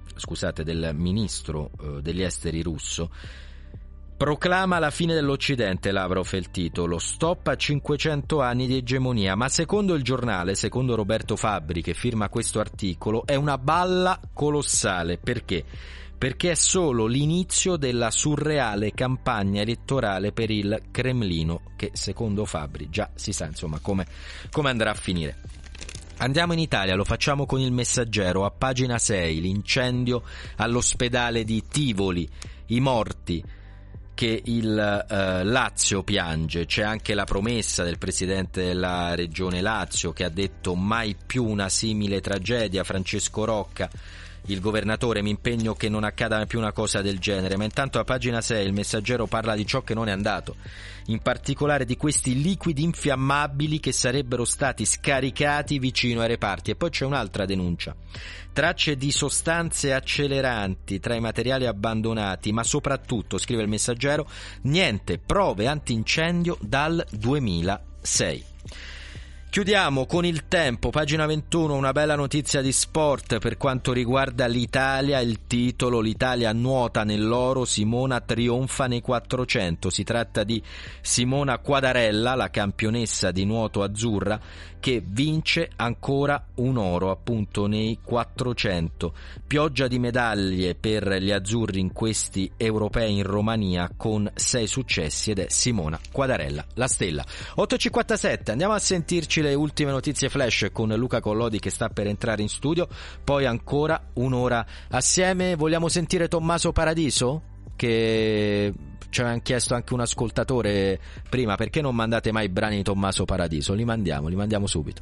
del ministro degli esteri russo, proclama la fine dell'Occidente, Lavrov è il titolo, stop a 500 anni di egemonia, ma secondo il giornale, secondo Roberto Fabbri che firma questo articolo, è una balla colossale. Perché? Perché è solo l'inizio della surreale campagna elettorale per il Cremlino, che secondo Fabbri già si sa insomma come andrà a finire. Andiamo in Italia, lo facciamo con il Messaggero, a pagina 6, l'incendio all'ospedale di Tivoli, i morti che il Lazio piange. C'è anche la promessa del presidente della regione Lazio che ha detto mai più una simile tragedia, Francesco Rocca, il governatore, mi impegno che non accada più una cosa del genere. Ma intanto a pagina 6 il Messaggero parla di ciò che non è andato, in particolare di questi liquidi infiammabili che sarebbero stati scaricati vicino ai reparti. E poi c'è un'altra denuncia: tracce di sostanze acceleranti tra i materiali abbandonati, ma soprattutto, scrive il Messaggero, niente prove antincendio dal 2006. Chiudiamo con Il Tempo, pagina 21, una bella notizia di sport per quanto riguarda l'Italia, il titolo: l'Italia nuota nell'oro, Simona trionfa nei 400. Si tratta di Simona Quadarella, la campionessa di nuoto azzurra, che vince ancora un oro appunto nei 400. Pioggia di medaglie per gli azzurri in questi europei in Romania con 6 successi, ed è Simona Quadarella la stella. 8.57, andiamo a sentirci le ultime notizie flash con Luca Collodi che sta per entrare in studio, poi ancora un'ora assieme. Vogliamo sentire Tommaso Paradiso, che ci aveva chiesto anche un ascoltatore prima: perché non mandate mai i brani di Tommaso Paradiso? Li mandiamo subito.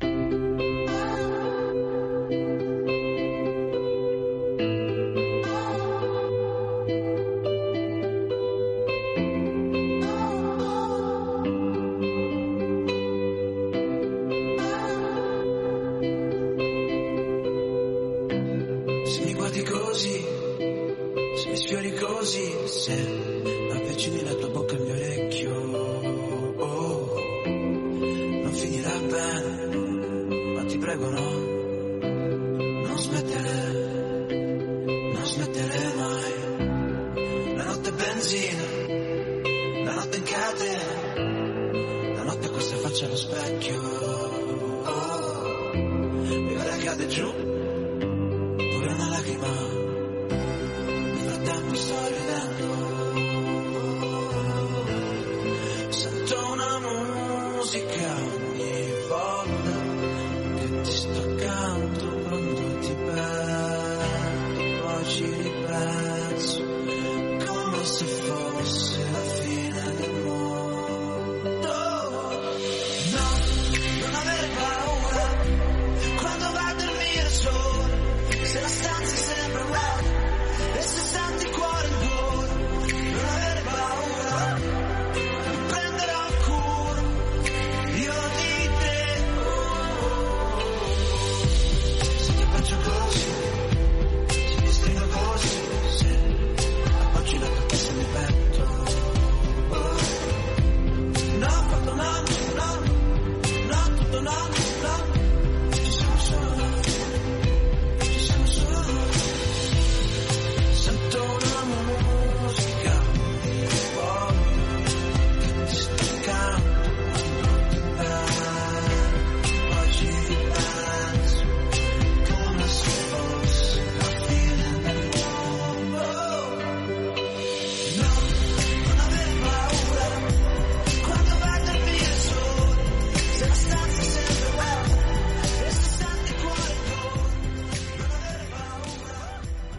Se mi guardi così, se mi sfiori così, se avvicini la tua bocca al mio orecchio, oh, non finirà bene, ma ti prego non smettere mai. La notte è benzina, la notte in catena, la notte questa faccia allo specchio, oh, e ora cade giù una lacrima, nel frattempo sto ridendo, sento una musica ogni volta che ti sto accanto, quando ti perdo, poi ci ripenso, come se fosse la fine del mondo. No, non avere paura quando vai a dormire solo, se la stanza sembra vuota e se senti il cuore in gola, non avere paura, mi prenderò cura io di te. Se ti faccio così, se mi stringo così, se appoggi la tua testa nel petto, no, fatto no, tutto no, ci siamo solo. Sento una musica che ti sta accanto, poi ci ripenso, come se fosse la fine del mondo. No, non avere paura quando vai a dormire solo, se la stanza sembra vuota e se senti il cuore in gola, non avere paura.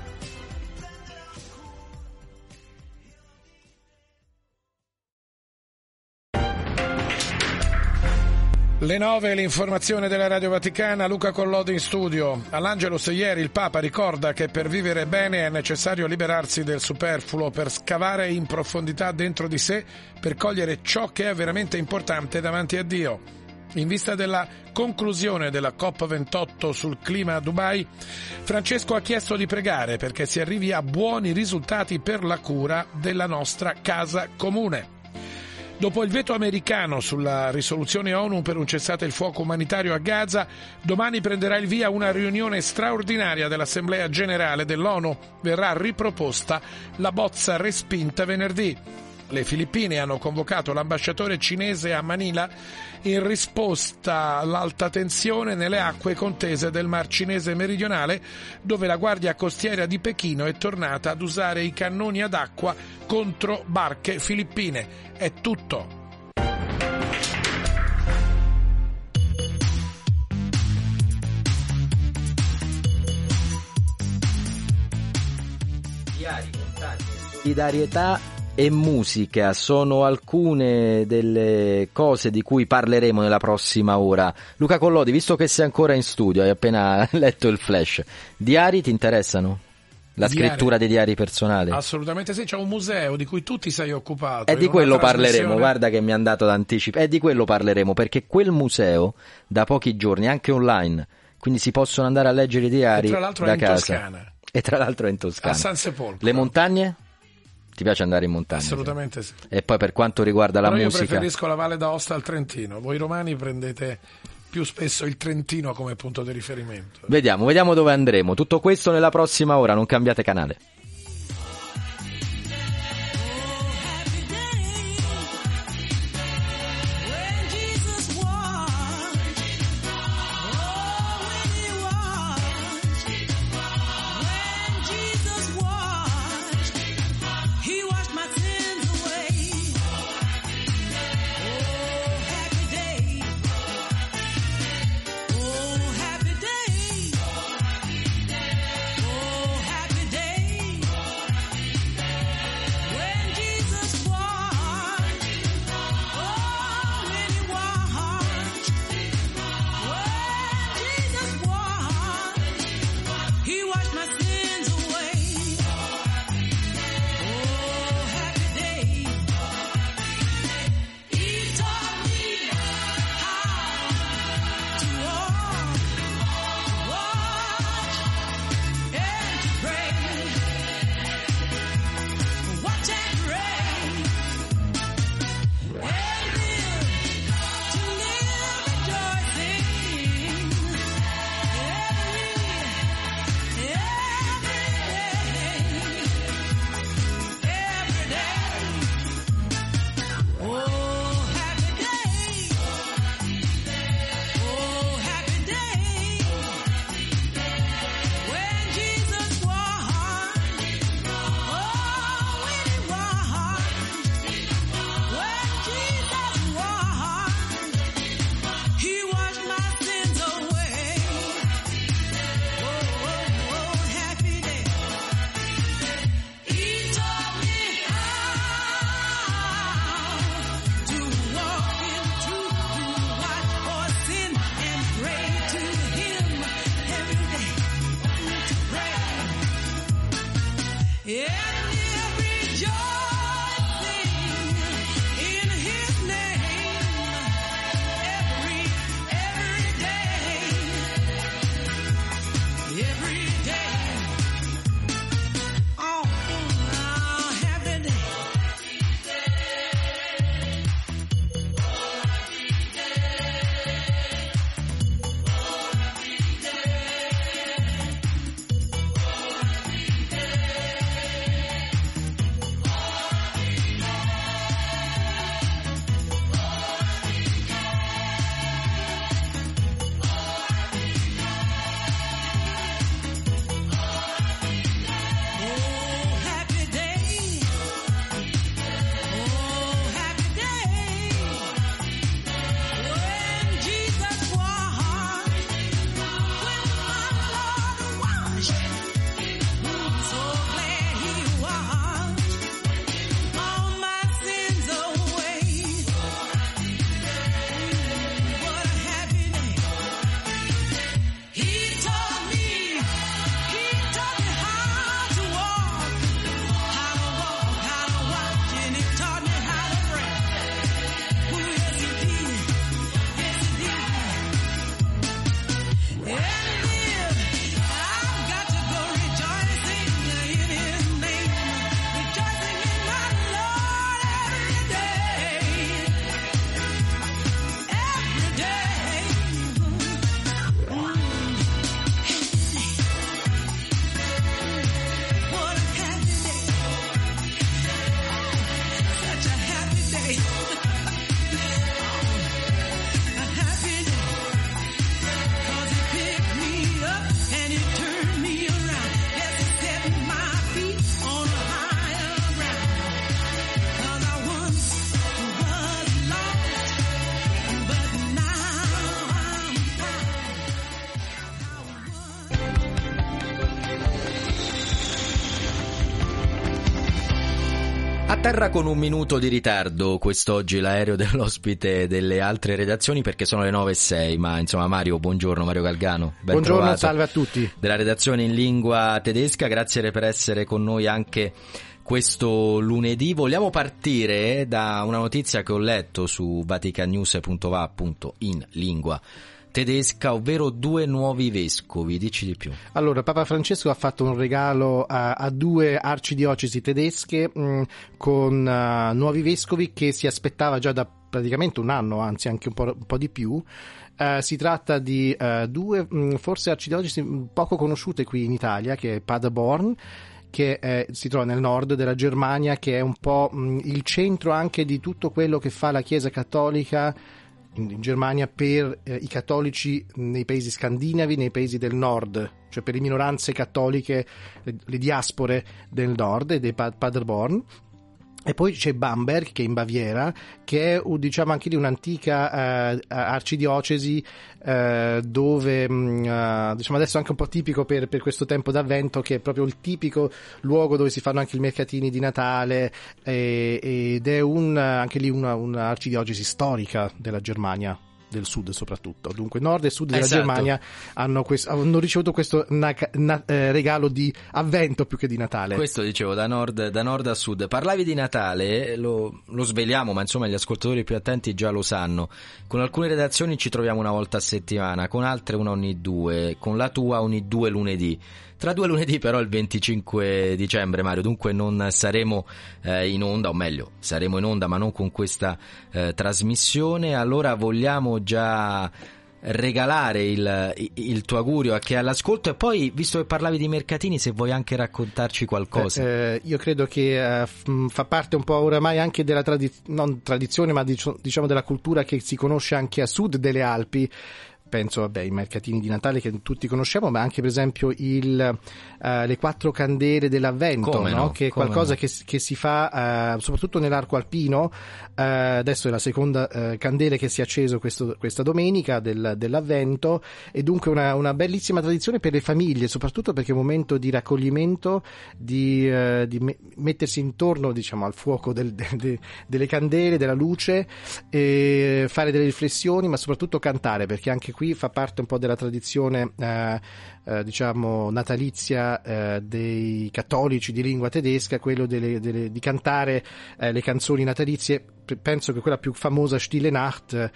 Le 9, l'informazione della Radio Vaticana, Luca Collodi in studio. All'Angelus ieri il Papa ricorda che per vivere bene è necessario liberarsi del superfluo, per scavare in profondità dentro di sé, per cogliere ciò che è veramente importante davanti a Dio. In vista della conclusione della COP28 sul clima a Dubai, Francesco ha chiesto di pregare perché si arrivi a buoni risultati per la cura della nostra casa comune. Dopo il veto americano sulla risoluzione ONU per un cessate il fuoco umanitario a Gaza, domani prenderà il via una riunione straordinaria dell'Assemblea Generale dell'ONU. Verrà riproposta la bozza respinta venerdì. Le Filippine hanno convocato l'ambasciatore cinese a Manila in risposta all'alta tensione nelle acque contese del Mar Cinese meridionale, dove la Guardia Costiera di Pechino è tornata ad usare i cannoni ad acqua contro barche filippine. È tutto. Solidarietà e musica sono alcune delle cose di cui parleremo nella prossima ora. Luca Collodi, visto che sei ancora in studio, hai appena letto il flash, diari ti interessano? La scrittura dei diari personali? Assolutamente sì, c'è un museo di cui tu ti sei occupato. E di quello parleremo, guarda che mi hanno dato d'anticipo, e di quello parleremo, perché quel museo da pochi giorni, anche online, quindi si possono andare a leggere i diari e tra l'altro da è in casa. Toscana. E tra l'altro è in Toscana. A San Sepolcro. Le montagne? Ti piace andare in montagna? Assolutamente sì. E poi per quanto riguarda la musica? Io preferisco la Valle d'Aosta al Trentino. Voi romani prendete più spesso il Trentino come punto di riferimento. Vediamo dove andremo. Tutto questo nella prossima ora, non cambiate canale. Oh, happy day. Atterra con un minuto di ritardo quest'oggi l'aereo dell'ospite delle altre redazioni perché sono le 9:06, ma insomma Mario, buongiorno, Mario Galgano. Ben Buongiorno, trovato, salve a tutti. Della redazione in lingua tedesca, grazie per essere con noi anche questo lunedì. Vogliamo partire da una notizia che ho letto su vaticannews.va, appunto in lingua tedesca, ovvero 2 nuovi vescovi. Dici di più. Allora, Papa Francesco ha fatto un regalo a 2 arcidiocesi tedesche con nuovi vescovi che si aspettava già da praticamente un anno, anzi anche un po' di più. Si tratta di 2 forse arcidiocesi poco conosciute qui in Italia, che è Paderborn, che si trova nel nord della Germania, che è un po' il centro anche di tutto quello che fa la Chiesa Cattolica in Germania per i cattolici nei paesi scandinavi, nei paesi del nord, cioè per le minoranze cattoliche, le diaspore del nord e dei Paderborn. E poi c'è Bamberg, che è in Baviera, che è diciamo anche lì un'antica arcidiocesi dove diciamo adesso anche un po' tipico per questo tempo d'avvento, che è proprio il tipico luogo dove si fanno anche i mercatini di Natale, ed è anche lì una arcidiocesi storica della Germania del sud soprattutto. Dunque nord e sud della Germania hanno ricevuto questo regalo di avvento più che di Natale. Questo dicevo, da nord a sud. Parlavi di Natale, lo sveliamo, ma insomma gli ascoltatori più attenti già lo sanno. Con alcune redazioni ci troviamo una volta a settimana, con altre una ogni 2, con la tua ogni 2 lunedì. Tra 2 lunedì però il 25 dicembre, Mario, dunque non saremo in onda, o meglio, saremo in onda ma non con questa trasmissione. Allora vogliamo già regalare il tuo augurio a chi è all'ascolto, e poi, visto che parlavi di mercatini, se vuoi anche raccontarci qualcosa. Io credo che fa parte un po' oramai anche della non tradizione, ma diciamo della cultura che si conosce anche a sud delle Alpi. Penso ai mercatini di Natale che tutti conosciamo, ma anche per esempio le 4 candele dell'Avvento, no? Che è qualcosa che si fa soprattutto nell'arco alpino. Adesso è la seconda candela che si è acceso questa domenica dell'Avvento, e dunque una bellissima tradizione per le famiglie, soprattutto perché è un momento di raccoglimento, di mettersi intorno, diciamo, al fuoco delle candele, della luce, e fare delle riflessioni, ma soprattutto cantare, perché anche qui fa parte un po' della tradizione diciamo natalizia dei cattolici di lingua tedesca, quello di cantare le canzoni natalizie. Penso che quella più famosa, Stille Nacht,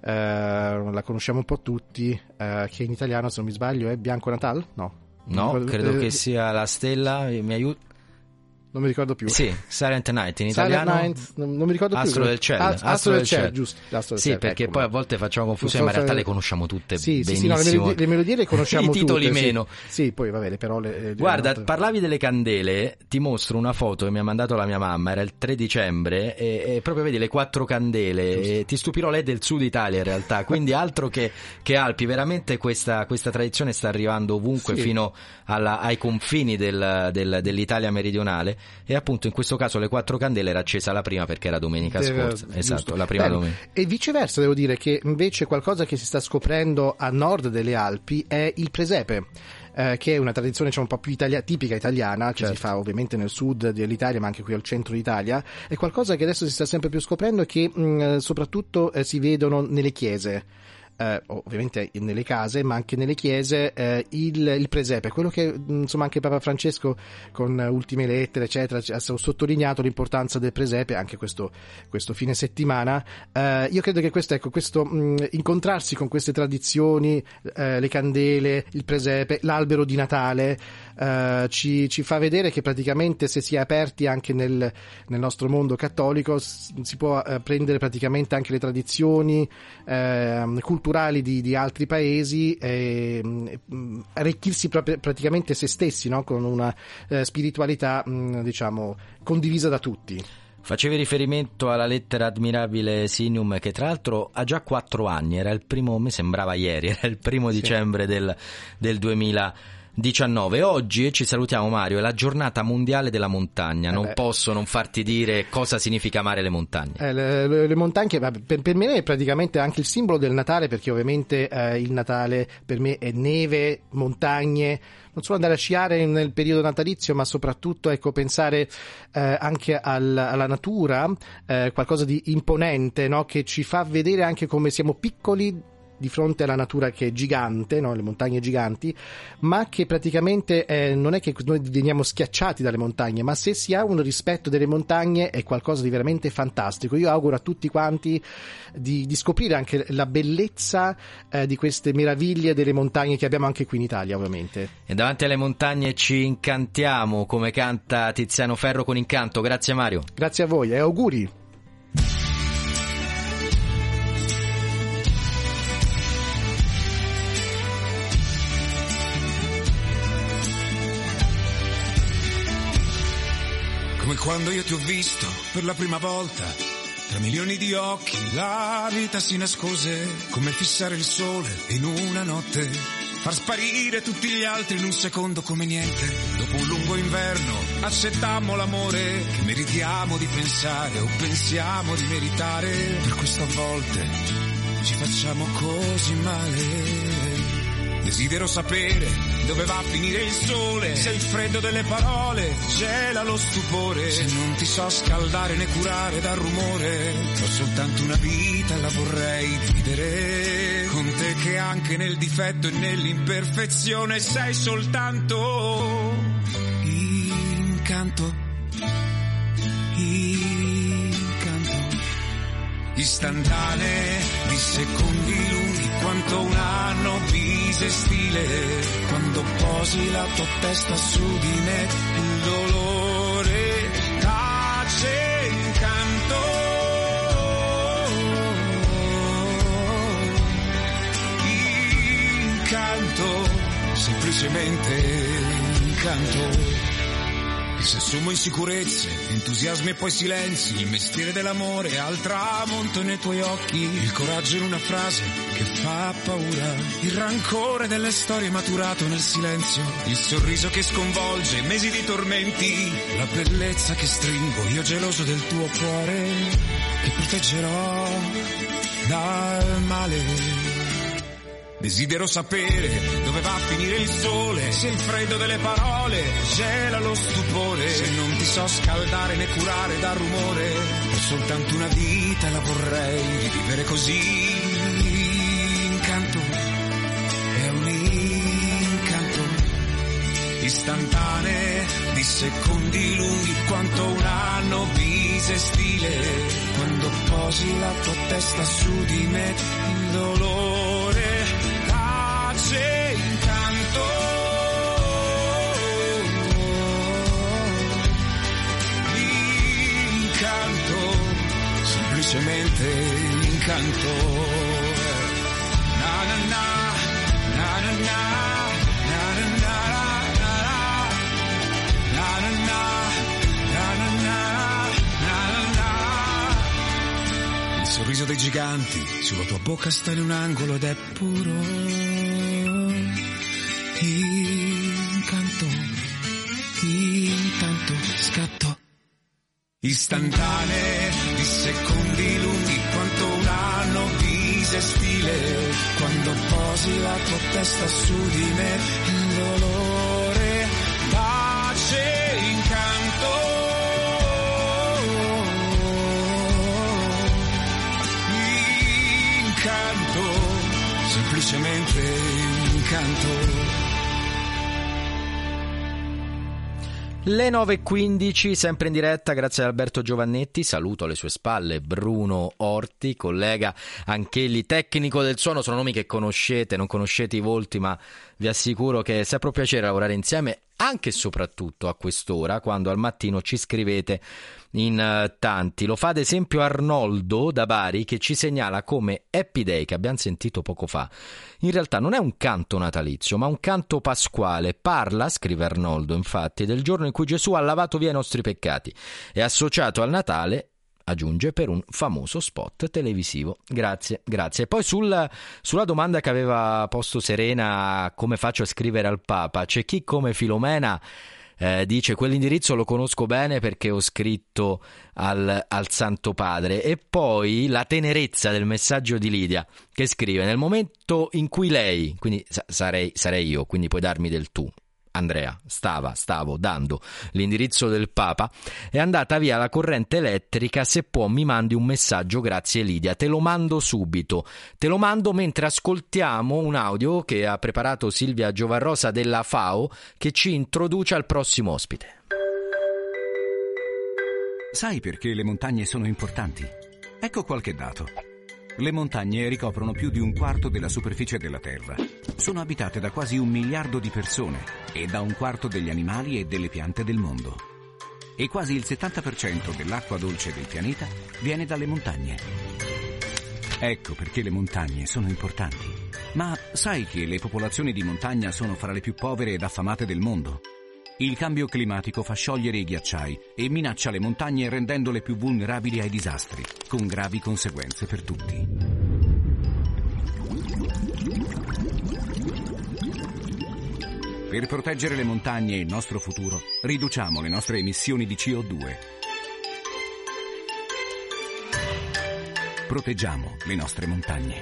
la conosciamo un po' tutti, che in italiano, se non mi sbaglio, è Bianco Natal? No, credo che sia La Stella, mi aiuti? Non mi ricordo più. Sì, Silent Night in italiano. Silent Night, non mi ricordo più. Astro del cielo. Astro del cielo, giusto. Sì, perché poi a volte facciamo confusione, ma in realtà le conosciamo tutte benissimo. Sì, no, le melodie le conosciamo tutte. I titoli meno. Sì, poi vabbè, le parole. Guarda, parlavi delle candele, ti mostro una foto che mi ha mandato la mia mamma, era il 3 dicembre, e proprio vedi le 4 candele, e ti stupirò, lei è del sud Italia in realtà, quindi altro che Alpi, veramente questa tradizione sta arrivando ovunque, fino ai confini dell'Italia meridionale, e appunto in questo caso le 4 candele era accesa la prima perché era domenica scorsa. Esatto, la prima domenica. E viceversa, devo dire che invece qualcosa che si sta scoprendo a nord delle Alpi è il presepe. Che è una tradizione, diciamo, un po' più tipica italiana, che si fa ovviamente nel sud dell'Italia, ma anche qui al centro d'Italia. È qualcosa che adesso si sta sempre più scoprendo e che soprattutto si vedono nelle chiese. Ovviamente nelle case, ma anche nelle chiese, il presepe, quello che insomma anche Papa Francesco con ultime lettere eccetera ha sottolineato l'importanza del presepe anche questo fine settimana. Io credo che questo incontrarsi con queste tradizioni, le candele, il presepe, l'albero di Natale, ci fa vedere che praticamente, se si è aperti anche nel nostro mondo cattolico, si può prendere praticamente anche le tradizioni culturali di altri paesi, arricchirsi praticamente se stessi, no? Con una spiritualità diciamo condivisa da tutti. Facevi riferimento alla lettera Admirabile Sinium, che tra l'altro ha già 4 anni, era il primo, mi sembrava ieri, era il 1 dicembre del 2000 19. Oggi, e ci salutiamo Mario, è la giornata mondiale della montagna. Non posso non farti dire cosa significa amare le montagne. Le montagne per me è praticamente anche il simbolo del Natale, perché ovviamente il Natale per me è neve, montagne, non solo andare a sciare nel periodo natalizio, ma soprattutto pensare anche alla natura, qualcosa di imponente, no? Che ci fa vedere anche come siamo piccoli di fronte alla natura che è gigante, no? Le montagne giganti, ma che praticamente non è che noi veniamo schiacciati dalle montagne, ma se si ha un rispetto delle montagne è qualcosa di veramente fantastico. Io auguro a tutti quanti di scoprire anche la bellezza di queste meraviglie delle montagne che abbiamo anche qui in Italia, ovviamente. E davanti alle montagne ci incantiamo, come canta Tiziano Ferro con Incanto. Grazie Mario. Grazie a voi e auguri. Come quando io ti ho visto per la prima volta, tra milioni di occhi la vita si nascose, come fissare il sole in una notte, far sparire tutti gli altri in un secondo come niente. Dopo un lungo inverno accettammo l'amore che meritiamo di pensare o pensiamo di meritare. Per questo a volte ci facciamo così male. Desidero sapere dove va a finire il sole, se il freddo delle parole gela lo stupore, se non ti so scaldare né curare dal rumore. Ho soltanto una vita, la vorrei vivere con te, che anche nel difetto e nell'imperfezione sei soltanto incanto, incanto. Istantanee di secondi lunghi quanto un anno bisestile, quando posi la tua testa su di me il dolore tace incanto, incanto, semplicemente incanto. Se sommo insicurezze, entusiasmi e poi silenzi, il mestiere dell'amore al tramonto nei tuoi occhi, il coraggio in una frase che fa paura, il rancore delle storie maturato nel silenzio, il sorriso che sconvolge mesi di tormenti, la bellezza che stringo io geloso del tuo cuore, che proteggerò dal male. Desidero sapere dove va a finire il sole, se il freddo delle parole gela lo stupore, se non ti so scaldare né curare dal rumore. Ho soltanto una vita e la vorrei vivere così. Incanto, è un incanto, istantanee di secondi lunghi quanto un anno bisestile, quando posi la tua testa su di me il dolore incanto, incanto, semplicemente incanto. Na na na, na na na, na na na, na na na, na na na, na na. Il sorriso dei giganti sulla tua bocca sta in un angolo ed è puro incanto, intanto scatto. Istantanee di secondi lunghi quanto un anno bisestile, quando posi la tua testa su di me il dolore tace incanto, incanto, semplicemente incanto. Le 9.15, sempre in diretta, grazie ad Alberto Giovannetti. Saluto alle sue spalle Bruno Orti, collega anch'egli tecnico del suono. Sono nomi che conoscete, non conoscete i volti, ma vi assicuro che è sempre un piacere lavorare insieme, anche e soprattutto a quest'ora, quando al mattino ci scrivete in tanti. Lo fa ad esempio Arnoldo da Bari, che ci segnala come Happy Day, che abbiamo sentito poco fa, in realtà non è un canto natalizio, ma un canto pasquale. Parla, scrive Arnoldo, infatti, del giorno in cui Gesù ha lavato via i nostri peccati. È associato al Natale aggiunge, per un famoso spot televisivo. Grazie. E poi sulla domanda che aveva posto Serena, come faccio a scrivere al Papa, c'è chi come Filomena dice quell'indirizzo lo conosco bene perché ho scritto al Santo Padre. E poi la tenerezza del messaggio di Lidia, che scrive: nel momento in cui lei, quindi sarei io, quindi puoi darmi del tu, Andrea, stavo dando l'indirizzo del Papa, è andata via la corrente elettrica, se può mi mandi un messaggio, grazie Lidia, te lo mando subito, te lo mando mentre ascoltiamo un audio che ha preparato Silvia Giovarrosa della FAO, che ci introduce al prossimo ospite. Sai perché le montagne sono importanti? Ecco qualche dato. Le montagne ricoprono più di un quarto della superficie della Terra. Sono abitate da quasi 1 miliardo di persone e da un quarto degli animali e delle piante del mondo. E quasi il 70% dell'acqua dolce del pianeta viene dalle montagne. Ecco perché le montagne sono importanti. Ma sai che le popolazioni di montagna sono fra le più povere ed affamate del mondo? Il cambio climatico fa sciogliere i ghiacciai e minaccia le montagne rendendole più vulnerabili ai disastri, con gravi conseguenze per tutti. Per proteggere le montagne e il nostro futuro, riduciamo le nostre emissioni di CO2. Proteggiamo le nostre montagne.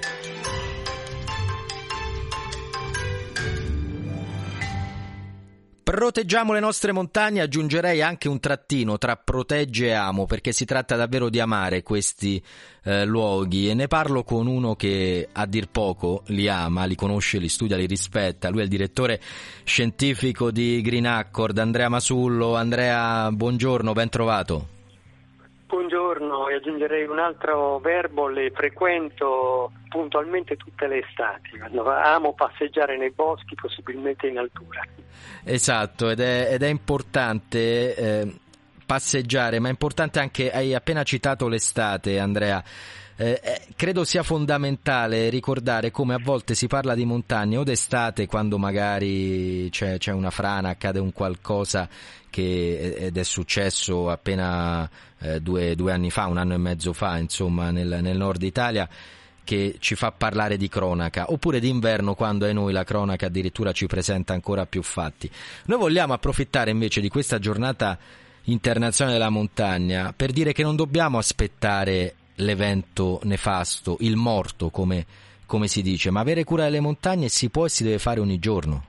Proteggiamo le nostre montagne, aggiungerei anche un trattino tra protegge e amo, perché si tratta davvero di amare questi luoghi, e ne parlo con uno che a dir poco li ama, li conosce, li studia, li rispetta. Lui è il direttore scientifico di Green Accord, Andrea Masullo. Andrea, buongiorno, ben trovato. Buongiorno, e aggiungerei un altro verbo: le frequento puntualmente tutte le estati. Amo passeggiare nei boschi, possibilmente in altura. Esatto, ed è importante passeggiare, ma è importante anche, hai appena citato l'estate, Andrea. Credo sia fondamentale ricordare come a volte si parla di montagne o d'estate, quando magari c'è una frana, accade un qualcosa ed è successo appena 2 anni fa, 1 anno e mezzo fa, insomma, nel nord Italia, che ci fa parlare di cronaca, oppure d'inverno, quando a noi la cronaca addirittura ci presenta ancora più fatti. Noi vogliamo approfittare invece di questa giornata internazionale della montagna per dire che non dobbiamo aspettare l'evento nefasto, il morto, come si dice, ma avere cura delle montagne si può e si deve fare ogni giorno.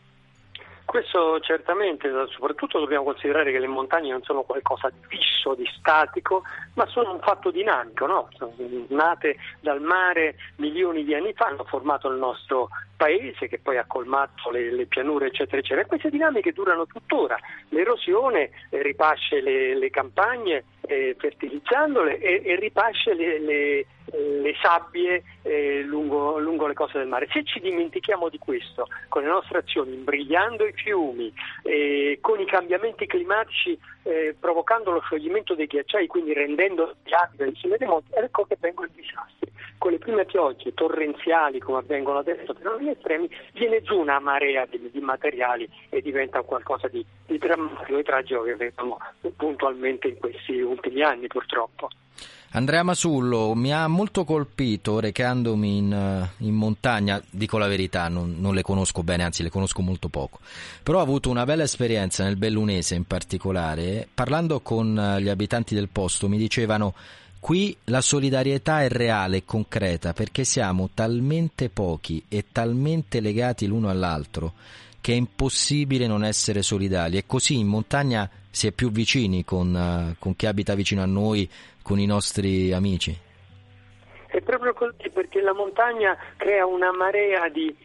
Questo certamente, soprattutto dobbiamo considerare che le montagne non sono qualcosa di fisso, di statico, ma sono un fatto dinamico, no? Sono nate dal mare milioni di anni fa, hanno formato il nostro paese, che poi ha colmato le pianure, eccetera, eccetera. E queste dinamiche durano tuttora. L'erosione ripasce le campagne fertilizzandole e ripasce le sabbie lungo le coste del mare. Se ci dimentichiamo di questo, con le nostre azioni, imbrigliando i fiumi, con i cambiamenti climatici, provocando lo scioglimento dei ghiacciai, quindi rendendo piatte le cime dei monti, ecco che vengono i disastri. Con le prime piogge torrenziali, come avvengono adesso, fenomeni estremi, viene giù una marea di materiali e diventa qualcosa di drammatico e tragico che vediamo puntualmente in questi ultimi anni, purtroppo. Andrea Masullo, mi ha molto colpito, recandomi in montagna, dico la verità, non le conosco bene, anzi le conosco molto poco, però ho avuto una bella esperienza nel Bellunese in particolare. Parlando con gli abitanti del posto mi dicevano: qui la solidarietà è reale e concreta, perché siamo talmente pochi e talmente legati l'uno all'altro che è impossibile non essere solidali, e così in montagna si è più vicini con chi abita vicino a noi, con i nostri amici. È proprio così, perché la montagna crea una marea di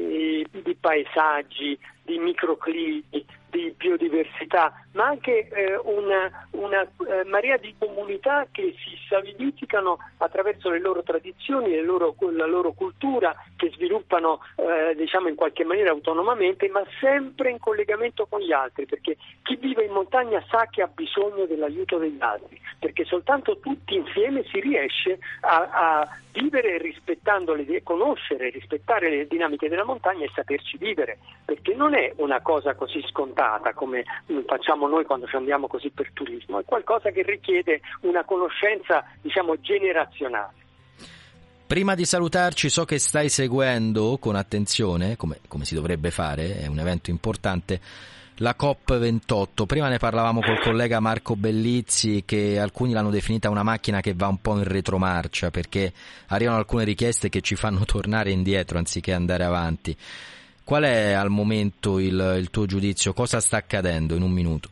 paesaggi, di microclimi, di biodiversità, ma anche una marea di comunità che si solidificano attraverso le loro tradizioni, la loro cultura, che sviluppano in qualche maniera autonomamente, ma sempre in collegamento con gli altri, perché chi vive in montagna sa che ha bisogno dell'aiuto degli altri, perché soltanto tutti insieme si riesce a vivere rispettando conoscere e rispettare le dinamiche della montagna e saperci vivere, perché non è è una cosa così scontata come facciamo noi quando ci andiamo così per turismo, è qualcosa che richiede una conoscenza, diciamo, generazionale. Prima di salutarci, so che stai seguendo con attenzione, come si dovrebbe fare, è un evento importante, la COP28. Prima ne parlavamo col collega Marco Bellizzi, che alcuni l'hanno definita una macchina che va un po' in retromarcia, perché arrivano alcune richieste che ci fanno tornare indietro anziché andare avanti. Qual è al momento il tuo giudizio? Cosa sta accadendo in un minuto?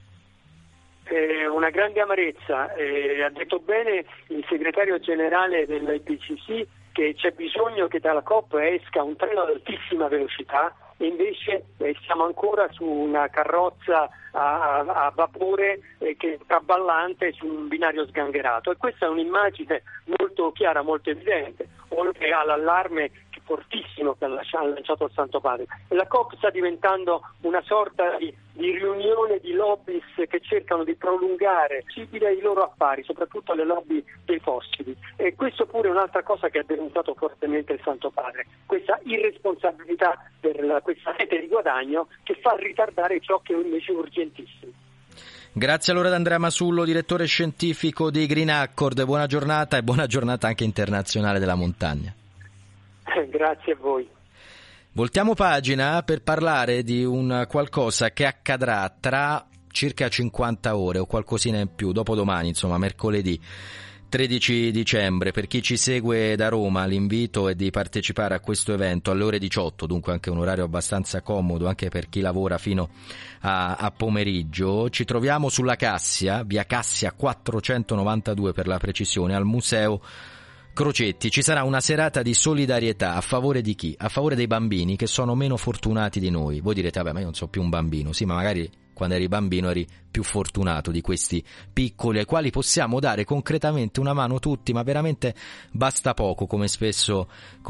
Una grande amarezza. Ha detto bene il segretario generale dell'IPCC che c'è bisogno che dalla COP esca un treno ad altissima velocità, e invece siamo ancora su una carrozza a vapore che traballante su un binario sgangherato, e questa è un'immagine molto chiara, molto evidente, oltre all'allarme fortissimo che ha lanciato il Santo Padre. E la COP sta diventando una sorta di riunione di lobbies che cercano di prolungare i loro affari, soprattutto le lobby dei fossili, e questo pure è un'altra cosa che ha denunciato fortemente il Santo Padre, questa irresponsabilità per questa rete di guadagno che fa ritardare ciò che è invece urgentissimo. Grazie allora ad Andrea Masullo, direttore scientifico di Green Accord. Buona giornata, e buona giornata anche internazionale della montagna. Grazie a voi. Voltiamo pagina per parlare di un qualcosa che accadrà tra circa 50 ore o qualcosina in più, dopodomani, insomma, mercoledì 13 dicembre. Per chi ci segue da Roma, l'invito è di partecipare a questo evento alle ore 18, dunque anche un orario abbastanza comodo anche per chi lavora fino a pomeriggio. Ci troviamo sulla Cassia, via Cassia 492 per la precisione, al Museo Crocetti. Ci sarà una serata di solidarietà a favore di chi? A favore dei bambini che sono meno fortunati di noi. Voi direte, vabbè, ma io non so più un bambino. Sì, ma magari quando eri bambino eri più fortunato di questi piccoli ai quali possiamo dare concretamente una mano tutti, ma veramente basta poco, come spesso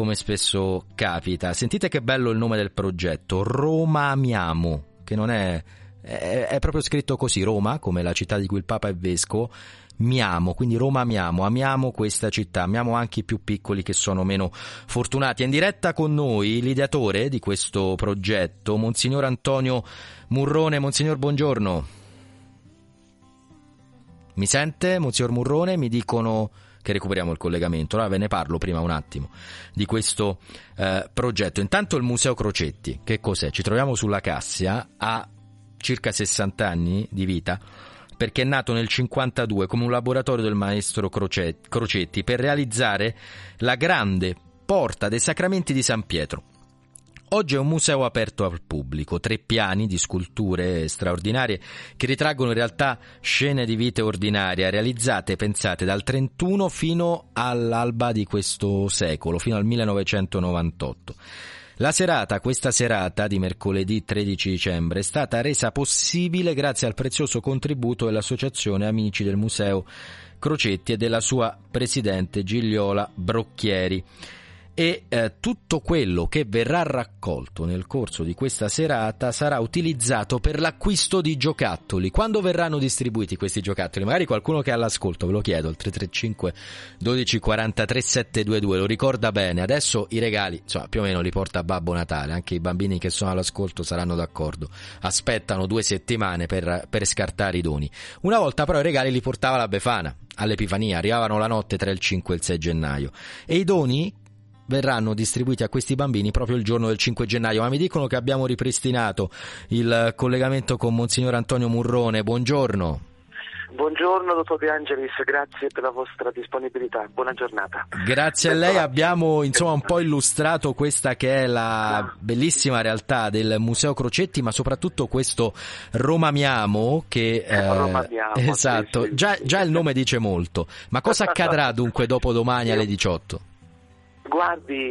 capita. Sentite che bello il nome del progetto, Roma Amiamo, che non è proprio scritto così, Roma, come la città di cui il Papa è vescovo, Miamo, quindi Roma amiamo questa città, amiamo anche i più piccoli che sono meno fortunati. È in diretta con noi l'ideatore di questo progetto, Monsignor Antonio Murrone. Monsignor, buongiorno. Mi sente, Monsignor Murrone? Mi dicono che recuperiamo il collegamento, allora ve ne parlo prima un attimo di questo progetto. Intanto il Museo Crocetti, che cos'è? Ci troviamo sulla Cassia, ha circa 60 anni di vita, perché è nato nel 52 come un laboratorio del maestro Crocetti per realizzare la grande Porta dei Sacramenti di San Pietro. Oggi è un museo aperto al pubblico, 3 piani di sculture straordinarie che ritraggono in realtà scene di vita ordinaria realizzate, pensate, dal 31 fino all'alba di questo secolo, fino al 1998. Questa serata di mercoledì 13 dicembre è stata resa possibile grazie al prezioso contributo dell'Associazione Amici del Museo Crocetti e della sua presidente Gigliola Brocchieri. E tutto quello che verrà raccolto nel corso di questa serata sarà utilizzato per l'acquisto di giocattoli. Quando verranno distribuiti questi giocattoli? Magari qualcuno che è all'ascolto, ve lo chiedo, il 335 12 43 722 lo ricorda bene. Adesso i regali, insomma, più o meno li porta Babbo Natale, anche i bambini che sono all'ascolto saranno d'accordo, aspettano 2 settimane per scartare i doni. Una volta però i regali li portava la Befana all'Epifania, arrivavano la notte tra il 5 e il 6 gennaio e i doni verranno distribuiti a questi bambini proprio il giorno del 5 gennaio. Ma mi dicono che abbiamo ripristinato il collegamento con Monsignor Antonio Murrone. Buongiorno. Buongiorno dottor De Angelis, grazie per la vostra disponibilità, buona giornata. Grazie a lei, abbiamo insomma un po' illustrato questa che è la bellissima realtà del Museo Crocetti, ma soprattutto questo Roma Amiamo che Roma Amiamo, esatto, sì. Già il nome dice molto. Ma cosa accadrà dunque dopodomani alle 18? Guardi,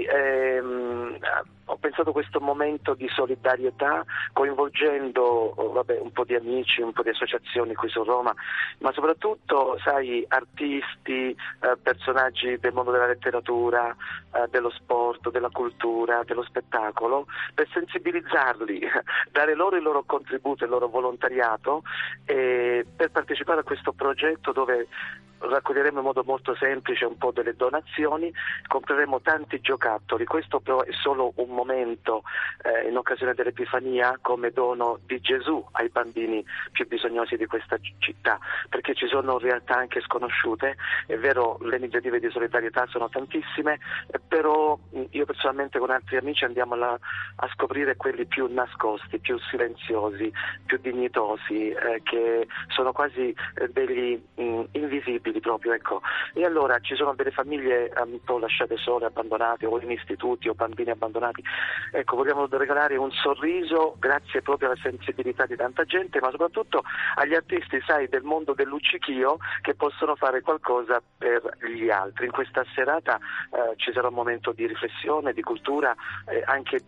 ho pensato a questo momento di solidarietà coinvolgendo un po' di amici, un po' di associazioni qui su Roma, ma soprattutto, sai, artisti, personaggi del mondo della letteratura, dello sport, della cultura, dello spettacolo, per sensibilizzarli, dare loro il loro contributo, il loro volontariato per partecipare a questo progetto dove raccoglieremo in modo molto semplice un po' delle donazioni, compreremo tanti giocattoli. Questo però è solo un momento in occasione dell'Epifania come dono di Gesù ai bambini più bisognosi di questa città, perché ci sono realtà anche sconosciute. È vero, le iniziative di solidarietà sono tantissime, però io personalmente con altri amici andiamo a scoprire quelli più nascosti, più silenziosi, più dignitosi, che sono quasi degli invisibili proprio, ecco. E allora ci sono delle famiglie un po' lasciate sole, abbandonate, o in istituti, o bambini abbandonati. Ecco, vogliamo regalare un sorriso grazie proprio alla sensibilità di tanta gente, ma soprattutto agli artisti, sai, del mondo del luccichio, che possono fare qualcosa per gli altri. In questa serata ci sarà un momento di riflessione, di cultura, anche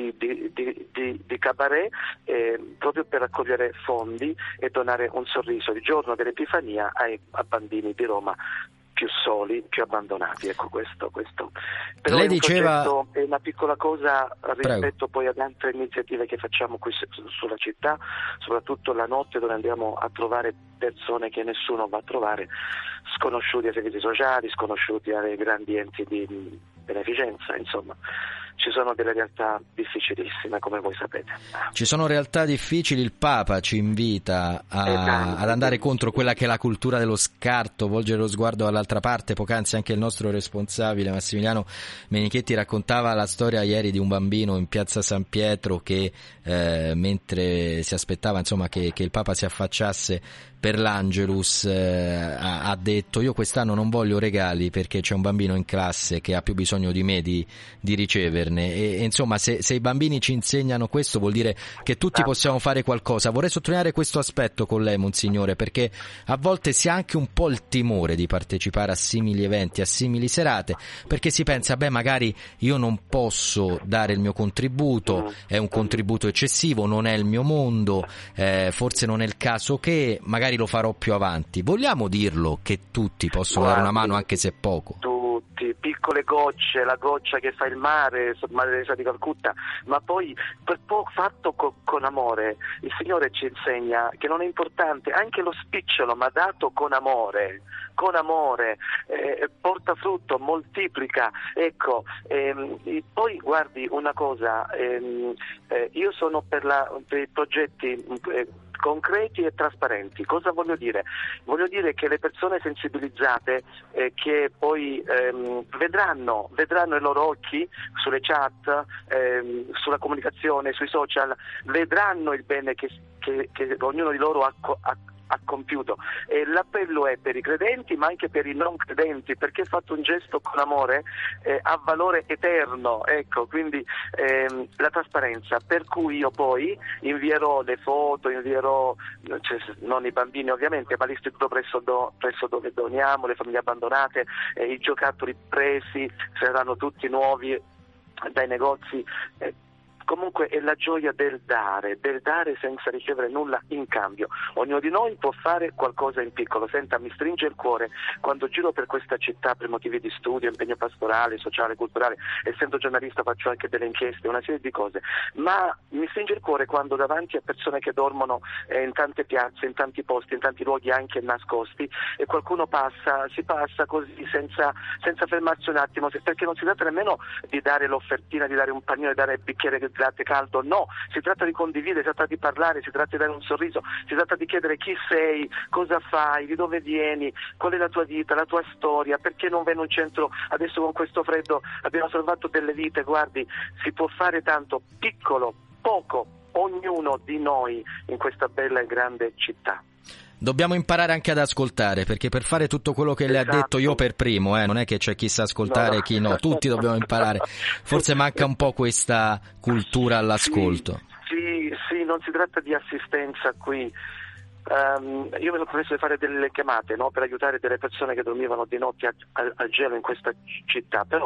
di cabaret, proprio per raccogliere fondi e donare un sorriso il giorno dell'Epifania a bambini di Roma più soli, più abbandonati, ecco questo. Però lei è un diceva... progetto, è una piccola cosa rispetto Prego. poi ad altre iniziative che facciamo qui sulla città, soprattutto la notte, dove andiamo a trovare persone che nessuno va a trovare, sconosciuti ai servizi sociali, sconosciuti ai grandi enti di beneficenza, insomma. Ci sono delle realtà difficilissime, come voi sapete. Ci sono realtà difficili, il Papa ci invita ad andare contro quella che è la cultura dello scarto, volgere lo sguardo dall'altra parte. Poc'anzi anche il nostro responsabile Massimiliano Menichetti raccontava la storia ieri di un bambino in piazza San Pietro che mentre si aspettava insomma che il Papa si affacciasse per l'Angelus ha detto: io quest'anno non voglio regali perché c'è un bambino in classe che ha più bisogno di me di riceverne. E insomma, se i bambini ci insegnano questo, vuol dire che tutti possiamo fare qualcosa. Vorrei sottolineare questo aspetto con lei, Monsignore, perché a volte si ha anche un po' il timore di partecipare a simili eventi, a simili serate, perché si pensa: beh, magari io non posso dare il mio contributo, è un contributo eccessivo, non è il mio mondo, forse non è il caso che magari lo farò più avanti. Vogliamo dirlo che tutti possono dare una mano, anche se poco? Tutti, piccole gocce, la goccia che fa il mare, Madre Teresa di Calcutta, ma poi fatto con amore. Il Signore ci insegna che non è importante anche lo spicciolo, ma dato con amore, porta frutto, moltiplica, ecco. Poi guardi una cosa, io sono per i progetti concreti e trasparenti. Cosa voglio dire? Voglio dire che le persone sensibilizzate che poi vedranno i loro occhi sulle chat, sulla comunicazione, sui social, vedranno il bene che ognuno di loro ha compiuto, e l'appello è per i credenti ma anche per i non credenti, perché fatto un gesto con amore ha valore eterno, ecco. Quindi la trasparenza, per cui io poi invierò le foto, non i bambini ovviamente, ma l'istituto presso dove doniamo, le famiglie abbandonate, i giocattoli presi saranno tutti nuovi dai negozi. Comunque è la gioia del dare senza ricevere nulla in cambio. Ognuno di noi può fare qualcosa in piccolo. Senta, mi stringe il cuore quando giro per questa città per motivi di studio, impegno pastorale, sociale, culturale. Essendo giornalista faccio anche delle inchieste, una serie di cose, ma mi stringe il cuore quando davanti a persone che dormono in tante piazze, in tanti posti, in tanti luoghi anche nascosti, e qualcuno si passa così senza fermarsi un attimo, perché non si tratta nemmeno di dare l'offertina, di dare un panino, di dare il bicchiere di latte caldo, no, si tratta di condividere, si tratta di parlare, si tratta di dare un sorriso, si tratta di chiedere chi sei, cosa fai, di dove vieni, qual è la tua vita, la tua storia, perché non vai in un centro, adesso con questo freddo abbiamo salvato delle vite. Guardi, si può fare tanto, piccolo, poco, ognuno di noi in questa bella e grande città. Dobbiamo imparare anche ad ascoltare, perché per fare tutto quello che le ha detto, io per primo, non è che c'è chi sa ascoltare e chi no, tutti dobbiamo imparare. Forse manca un po' questa cultura all'ascolto. Sì, non si tratta di assistenza qui. Io mi sono promesso di fare delle chiamate, no, per aiutare delle persone che dormivano di notte al gelo in questa città, però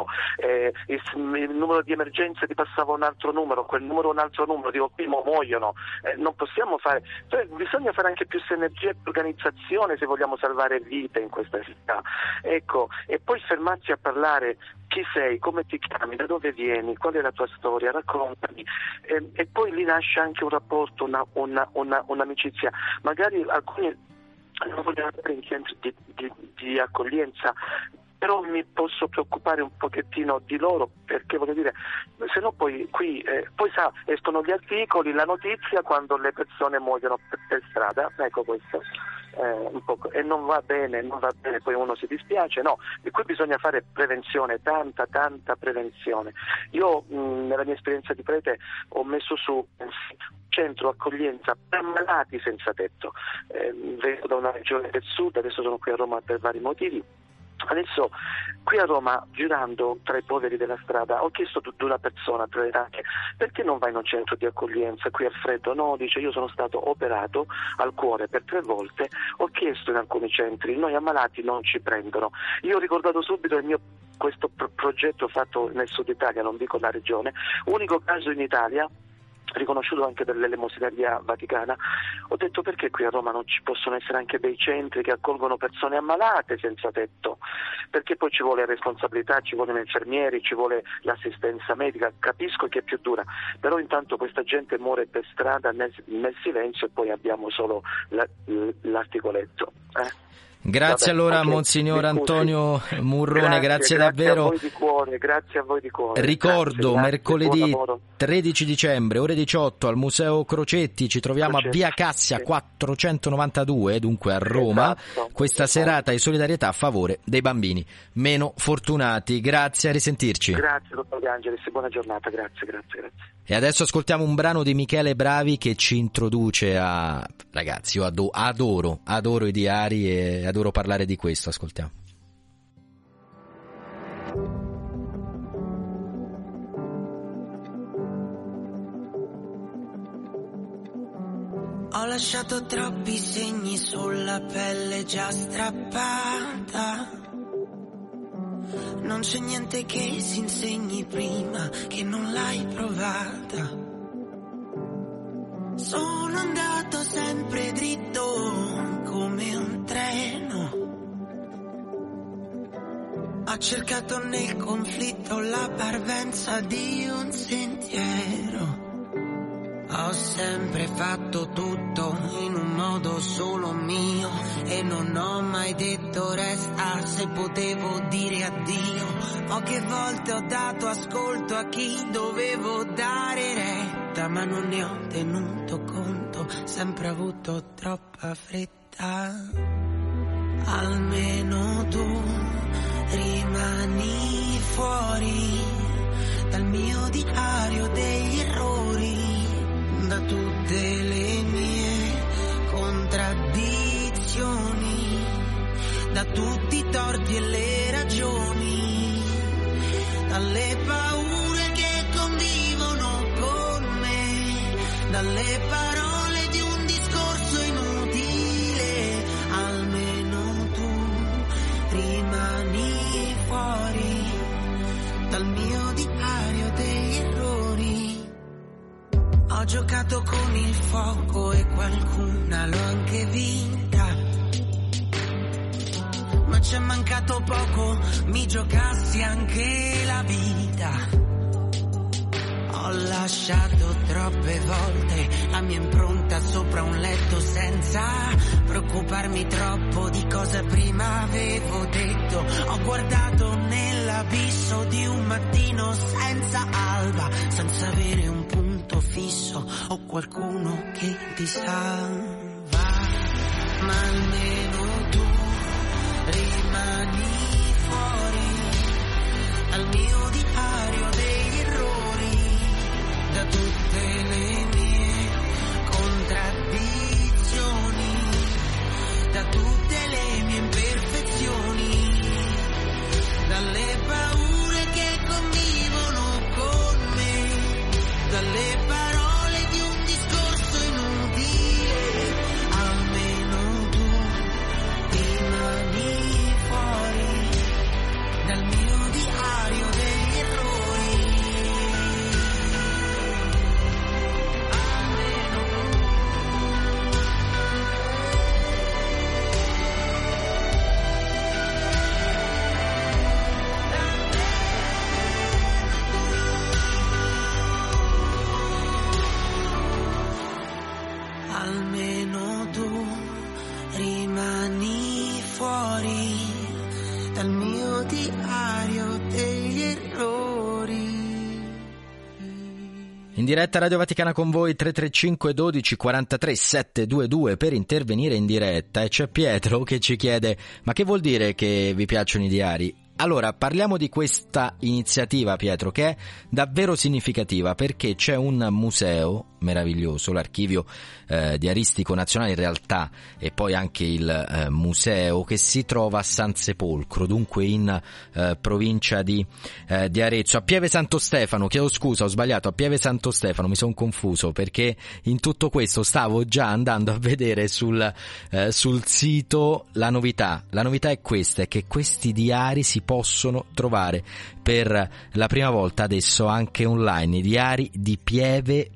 il numero di emergenze ti passava un altro numero, quel numero un altro numero, dico, primo muoiono, non possiamo fare, cioè, bisogna fare anche più sinergia e più organizzazione se vogliamo salvare vite in questa città, ecco. E poi fermarsi a parlare: chi sei, come ti chiami, da dove vieni, qual è la tua storia, raccontami, e poi lì nasce anche un rapporto, un'amicizia. Magari alcuni non vogliono andare in centri di accoglienza, però mi posso preoccupare un pochettino di loro, perché voglio dire, se no poi qui poi escono gli articoli, la notizia quando le persone muoiono per strada, ecco questo. Un po', e non va bene, poi uno si dispiace, no, e qui bisogna fare prevenzione, tanta prevenzione. Io nella mia esperienza di prete ho messo su un centro accoglienza per malati senza tetto, vengo da una regione del sud, adesso sono qui a Roma per vari motivi. Adesso qui a Roma, girando tra i poveri della strada, ho chiesto ad una persona tolerante: perché non vai in un centro di accoglienza qui a freddo? No, dice, io sono stato operato al cuore per 3 volte, ho chiesto in alcuni centri, noi ammalati non ci prendono. Io ho ricordato subito questo progetto fatto nel sud Italia, non dico la regione, unico caso in Italia, riconosciuto anche dall'Elemosineria Vaticana. Ho detto: perché qui a Roma non ci possono essere anche dei centri che accolgono persone ammalate senza tetto? Perché poi ci vuole responsabilità, ci vogliono infermieri, ci vuole l'assistenza medica. Capisco che è più dura, però intanto questa gente muore per strada nel silenzio e poi abbiamo solo l'articoletto. Grazie. Vabbè, allora, okay. Monsignor Antonio Murrone, grazie davvero. Grazie a voi di cuore. Ricordo, mercoledì 13 dicembre, ore 18, al Museo Crocetti, ci troviamo a Via Cassia 492, dunque a Roma, questa serata di solidarietà a favore dei bambini meno fortunati. Grazie, a risentirci. Grazie, dottor De Angelis, buona giornata, grazie. E adesso ascoltiamo un brano di Michele Bravi che ci introduce a... Ragazzi, io adoro i diari e adoro parlare di questo, ascoltiamo. Ho lasciato troppi segni sulla pelle già strappata. Non c'è niente che si insegni prima che non l'hai provata. Sono andato sempre dritto come un treno. Ho cercato nel conflitto la parvenza di un sentiero. Ho sempre fatto tutto in un modo solo mio e non ho mai detto resta se potevo dire addio. Poche volte ho dato ascolto a chi dovevo dare retta, ma non ne ho tenuto conto, sempre avuto troppa fretta. Almeno tu rimani fuori dal mio diario degli errori, da tutte le mie contraddizioni, da tutti i torti e le ragioni, dalle paure che convivono con me, dalle parole di un discorso inutile. Almeno tu rimani fuori dal mio diario degli errori. Ho giocato con il fuoco e qualcuna l'ho anche vinta, ma c'è mancato poco, mi giocassi anche la vita. Ho lasciato troppe volte la mia impronta sopra un letto senza preoccuparmi troppo di cosa prima avevo detto. Ho guardato nell'abisso di un mattino senza alba, senza avere un punto fisso o qualcuno che ti salva. Ma almeno tu rimani fuori dal mio diario degli errori, da tutte le mie contraddizioni, da tutte le mie imperfezioni, dalle paure che convivono con me, dalle parole di un discorso inutile. Almeno tu rimani fuori dal mio diario degli errori. In diretta Radio Vaticana con voi, 335 12 43 722 per intervenire in diretta, e c'è Pietro che ci chiede: ma che vuol dire che vi piacciono i diari? Allora, parliamo di questa iniziativa, Pietro, che è davvero significativa, perché c'è un museo meraviglioso, l'Archivio Diaristico Nazionale in realtà, e poi anche il museo, che si trova a San Sepolcro, dunque in provincia di Arezzo, a Pieve Santo Stefano. Chiedo scusa, ho sbagliato, a Pieve Santo Stefano, mi sono confuso, perché in tutto questo stavo già andando a vedere sul sito la novità. La novità è questa, è che questi diari si possono trovare per la prima volta adesso anche online, i diari di Pieve.it,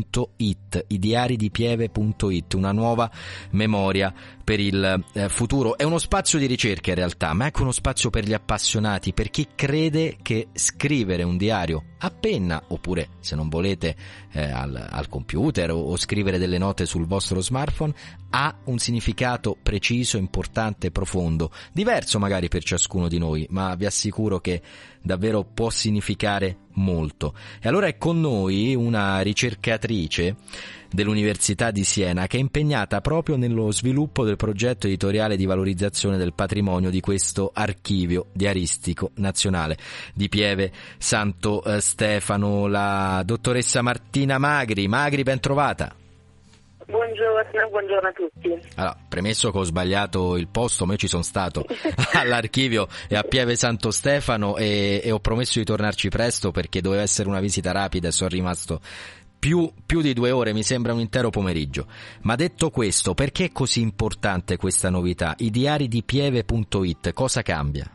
i diari di Pieve.it, una nuova memoria per il futuro. È uno spazio di ricerca in realtà, ma è anche uno spazio per gli appassionati, per chi crede che scrivere un diario a penna, oppure se non volete al computer, o scrivere delle note sul vostro smartphone, ha un significato preciso, importante, profondo, diverso magari per ciascuno di noi, ma vi assicuro che davvero può significare molto. E allora è con noi una ricercatrice dell'Università di Siena che è impegnata proprio nello sviluppo del progetto editoriale di valorizzazione del patrimonio di questo Archivio Diaristico Nazionale di Pieve Santo Stefano, la dottoressa Martina Magri. Magri, ben trovata. Buongiorno a tutti. Allora, premesso che ho sbagliato il posto, ma io ci sono stato all'archivio e a Pieve Santo Stefano e ho promesso di tornarci presto, perché doveva essere una visita rapida e sono rimasto più di 2 ore, mi sembra un intero pomeriggio. Ma detto questo, perché è così importante questa novità? I diari di Pieve.it, cosa cambia?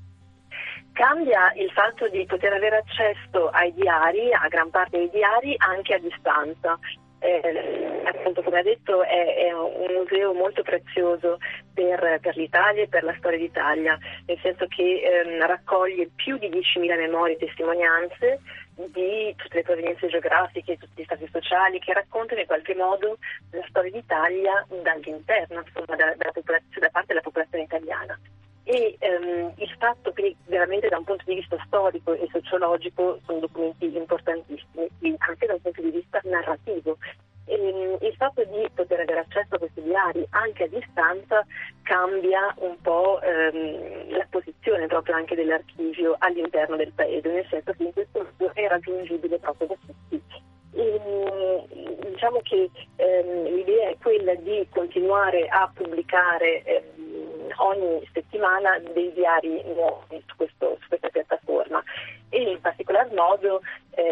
Cambia il fatto di poter avere accesso ai diari, a gran parte dei diari, anche a distanza. Appunto, come ha detto, è un museo molto prezioso per l'Italia e per la storia d'Italia, nel senso che raccoglie più di 10.000 memorie e testimonianze di tutte le provenienze geografiche, tutti gli stati sociali, che raccontano in qualche modo la storia d'Italia dall'interno, insomma, da parte della popolazione italiana. E il fatto che veramente da un punto di vista storico e sociologico sono documenti importantissimi, e anche da un punto di vista narrativo. Il fatto di poter avere accesso a questi diari anche a distanza cambia un po' la posizione proprio anche dell'archivio all'interno del paese, nel senso che in questo modo è raggiungibile proprio da tutti. Diciamo che l'idea è quella di continuare a pubblicare ogni settimana dei diari nuovi su questa piattaforma, e in particolar modo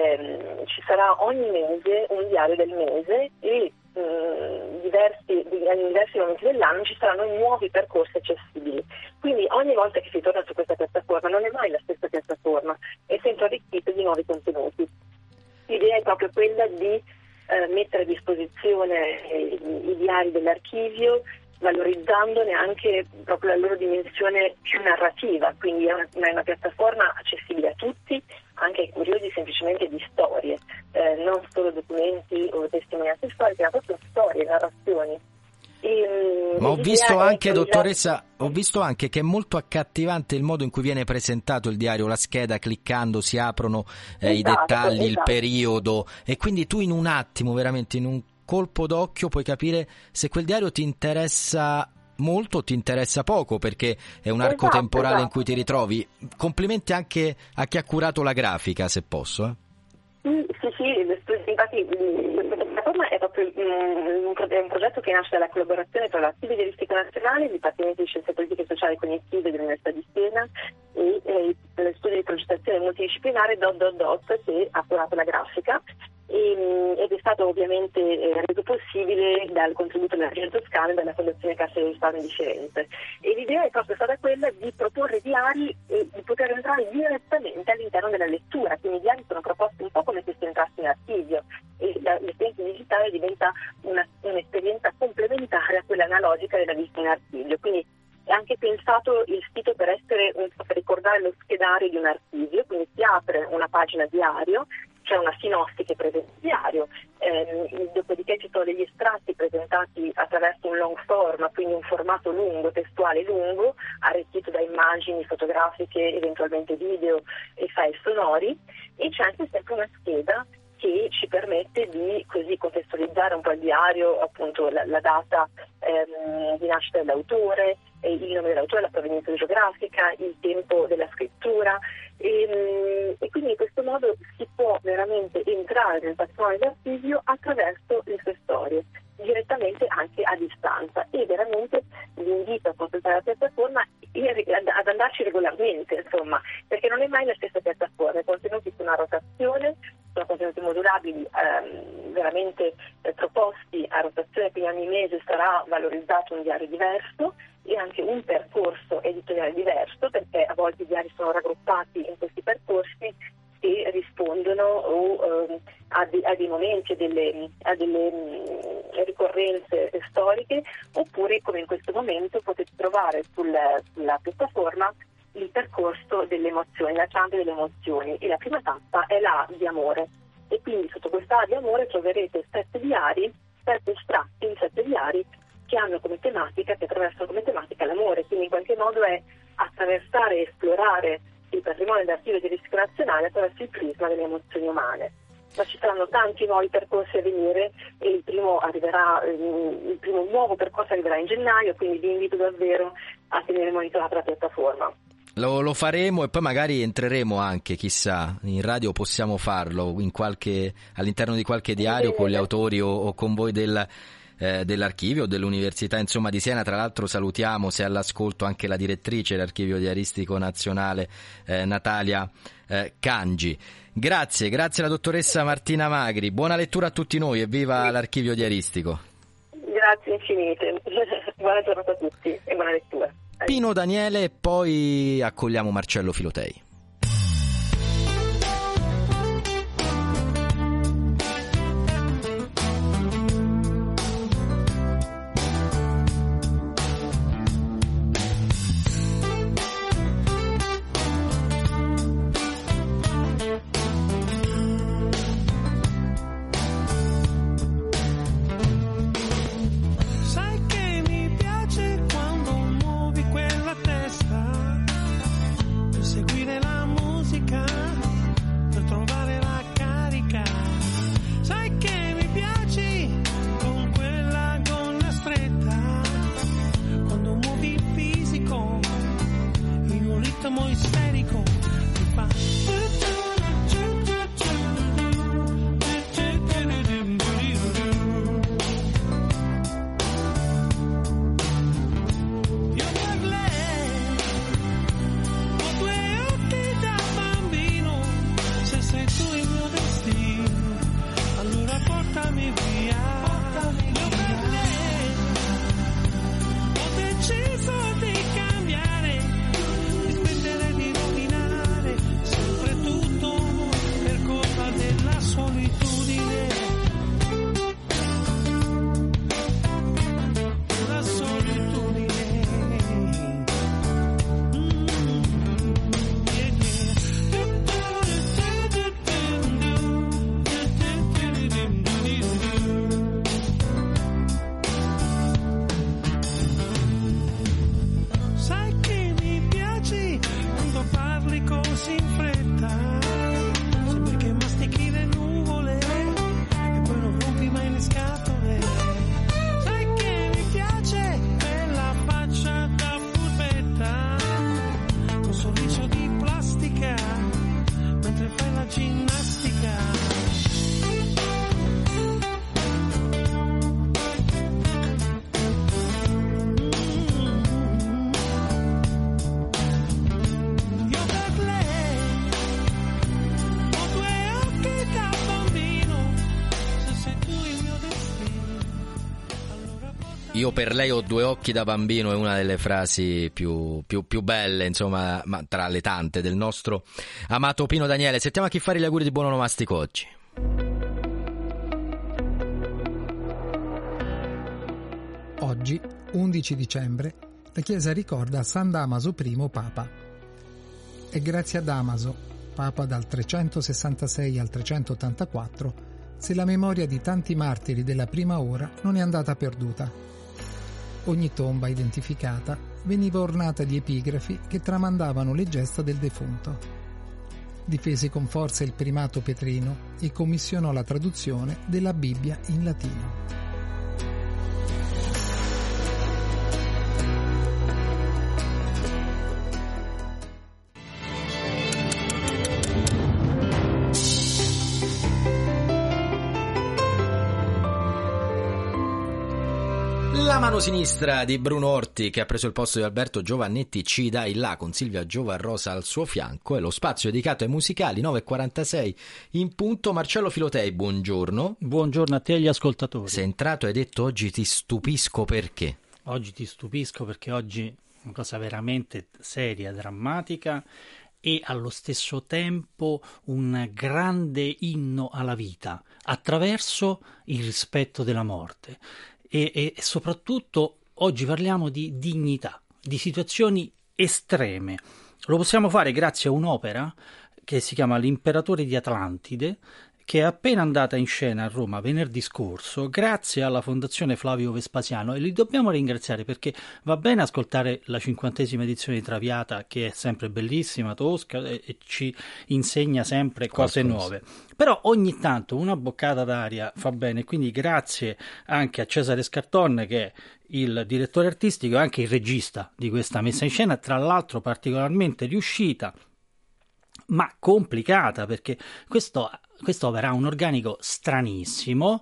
ci sarà ogni mese un diario del mese, e in diversi momenti dell'anno ci saranno nuovi percorsi accessibili. Quindi ogni volta che si torna su questa piattaforma non è mai la stessa piattaforma, è sempre arricchita di nuovi contenuti. L'idea è proprio quella di mettere a disposizione i diari dell'archivio, valorizzandone anche proprio la loro dimensione più narrativa, quindi è una piattaforma accessibile a tutti, anche ai curiosi semplicemente di storie, non solo documenti o testimonianze storiche, ma proprio storie, narrazioni. Ma ho visto anche, dottoressa, che è molto accattivante il modo in cui viene presentato il diario, la scheda, cliccando si aprono i dettagli, il periodo, e quindi tu in un attimo, veramente in un colpo d'occhio, puoi capire se quel diario ti interessa molto o ti interessa poco, perché è un arco temporale in cui ti ritrovi. Complimenti anche a chi ha curato la grafica, se posso. Sì, infatti questa piattaforma è proprio un progetto che nasce dalla collaborazione tra l'Archivio Diaristico Nazionale, il Dipartimento di Scienze Politiche e Sociali Cognitive dell'Università di Siena e lo studio di progettazione multidisciplinare che ha curato la grafica, ed è stato ovviamente reso possibile dal contributo della Regione Toscana e dalla Fondazione Cassa di Risparmio di Firenze. E l'idea è proprio stata quella di proporre diari e di poter entrare direttamente all'interno della lettura, quindi i diari sono proposti un po' come se si entrasse in archivio, e l'esperienza digitale diventa un'esperienza complementare a quella analogica della visita in archivio. Quindi è anche pensato il sito per ricordare lo schedario di un archivio, quindi si apre una pagina diario, c'è una sinossi che presenta il diario, dopodiché ci sono degli estratti presentati attraverso un long form, quindi un formato lungo, testuale lungo, arricchito da immagini fotografiche, eventualmente video e file sonori, e c'è anche sempre una scheda che ci permette di così contestualizzare un po' il diario, appunto la data di nascita dell'autore, il nome dell'autore, la provenienza geografica, il tempo della scrittura e quindi in questo modo si può veramente entrare nel patrimonio dell'archivio attraverso le sue storie, direttamente anche a distanza, e veramente vi invito a consultare la piattaforma e ad andarci regolarmente, insomma, perché non è mai la stessa piattaforma, i contenuti sono a rotazione, sono contenuti modulabili, veramente proposti a rotazione, quindi ogni mese sarà valorizzato un diario diverso e anche un percorso editoriale diverso, perché a volte i diari sono raggruppati in questi percorsi che rispondono a dei momenti, a delle ricorrenze storiche, oppure come in questo momento potete trovare sulla piattaforma il percorso delle emozioni, la chant delle emozioni, e la prima tappa è la A di amore, e quindi sotto questa A di amore troverete 7 diari, 7 estratti in 7 diari che hanno come tematica, che attraversano come tematica l'amore, quindi in qualche modo è attraversare e esplorare il patrimonio dell'archivio diaristico nazionale attraverso il prisma delle emozioni umane. Ma ci saranno tanti nuovi percorsi a venire e il primo nuovo percorso arriverà in gennaio, quindi vi invito davvero a tenere monitorata la piattaforma. Lo faremo e poi magari entreremo anche, chissà, in radio possiamo farlo all'interno di qualche diario con gli autori o con voi dell'archivio dell'Università insomma di Siena. Tra l'altro salutiamo, se è all'ascolto, anche la direttrice dell'Archivio Diaristico Nazionale, Natalia Cangi. Grazie alla dottoressa Martina Magri, buona lettura a tutti noi e viva l'Archivio Diaristico. Grazie infinite, buona giornata a tutti e buona lettura. Pino Daniele e poi accogliamo Marcello Filotei. Io per lei ho 2 occhi da bambino è una delle frasi più belle, insomma, ma tra le tante del nostro amato Pino Daniele. Sentiamo a chi fare gli auguri di buon onomastico oggi. Oggi, 11 dicembre, la Chiesa ricorda San Damaso I Papa. È grazie a Damaso, Papa dal 366 al 384, se la memoria di tanti martiri della prima ora non è andata perduta. Ogni tomba identificata veniva ornata di epigrafi che tramandavano le gesta del defunto. difese con forza il primato petrino e commissionò la traduzione della Bibbia in latino. La mano sinistra di Bruno Orti, che ha preso il posto di Alberto Giovannetti, ci dà il là con Silvia Giovarrosa al suo fianco, e lo spazio dedicato ai musicali, 9.46 in punto. Marcello Filotei, buongiorno. Buongiorno a te e agli ascoltatori. Sei entrato e hai detto oggi ti stupisco perché? Oggi ti stupisco perché oggi è una cosa veramente seria, drammatica e allo stesso tempo un grande inno alla vita attraverso il rispetto della morte. E soprattutto oggi parliamo di dignità, di situazioni estreme. Lo possiamo fare grazie a un'opera che si chiama L'Imperatore di Atlantide, che è appena andata in scena a Roma venerdì scorso grazie alla Fondazione Flavio Vespasiano, e li dobbiamo ringraziare perché va bene ascoltare la 50ª edizione di Traviata, che è sempre bellissima, tosca e ci insegna sempre cose nuove, però ogni tanto una boccata d'aria fa bene, quindi grazie anche a Cesare Scarton, che è il direttore artistico e anche il regista di questa messa in scena, tra l'altro particolarmente riuscita ma complicata, perché quest'opera ha un organico stranissimo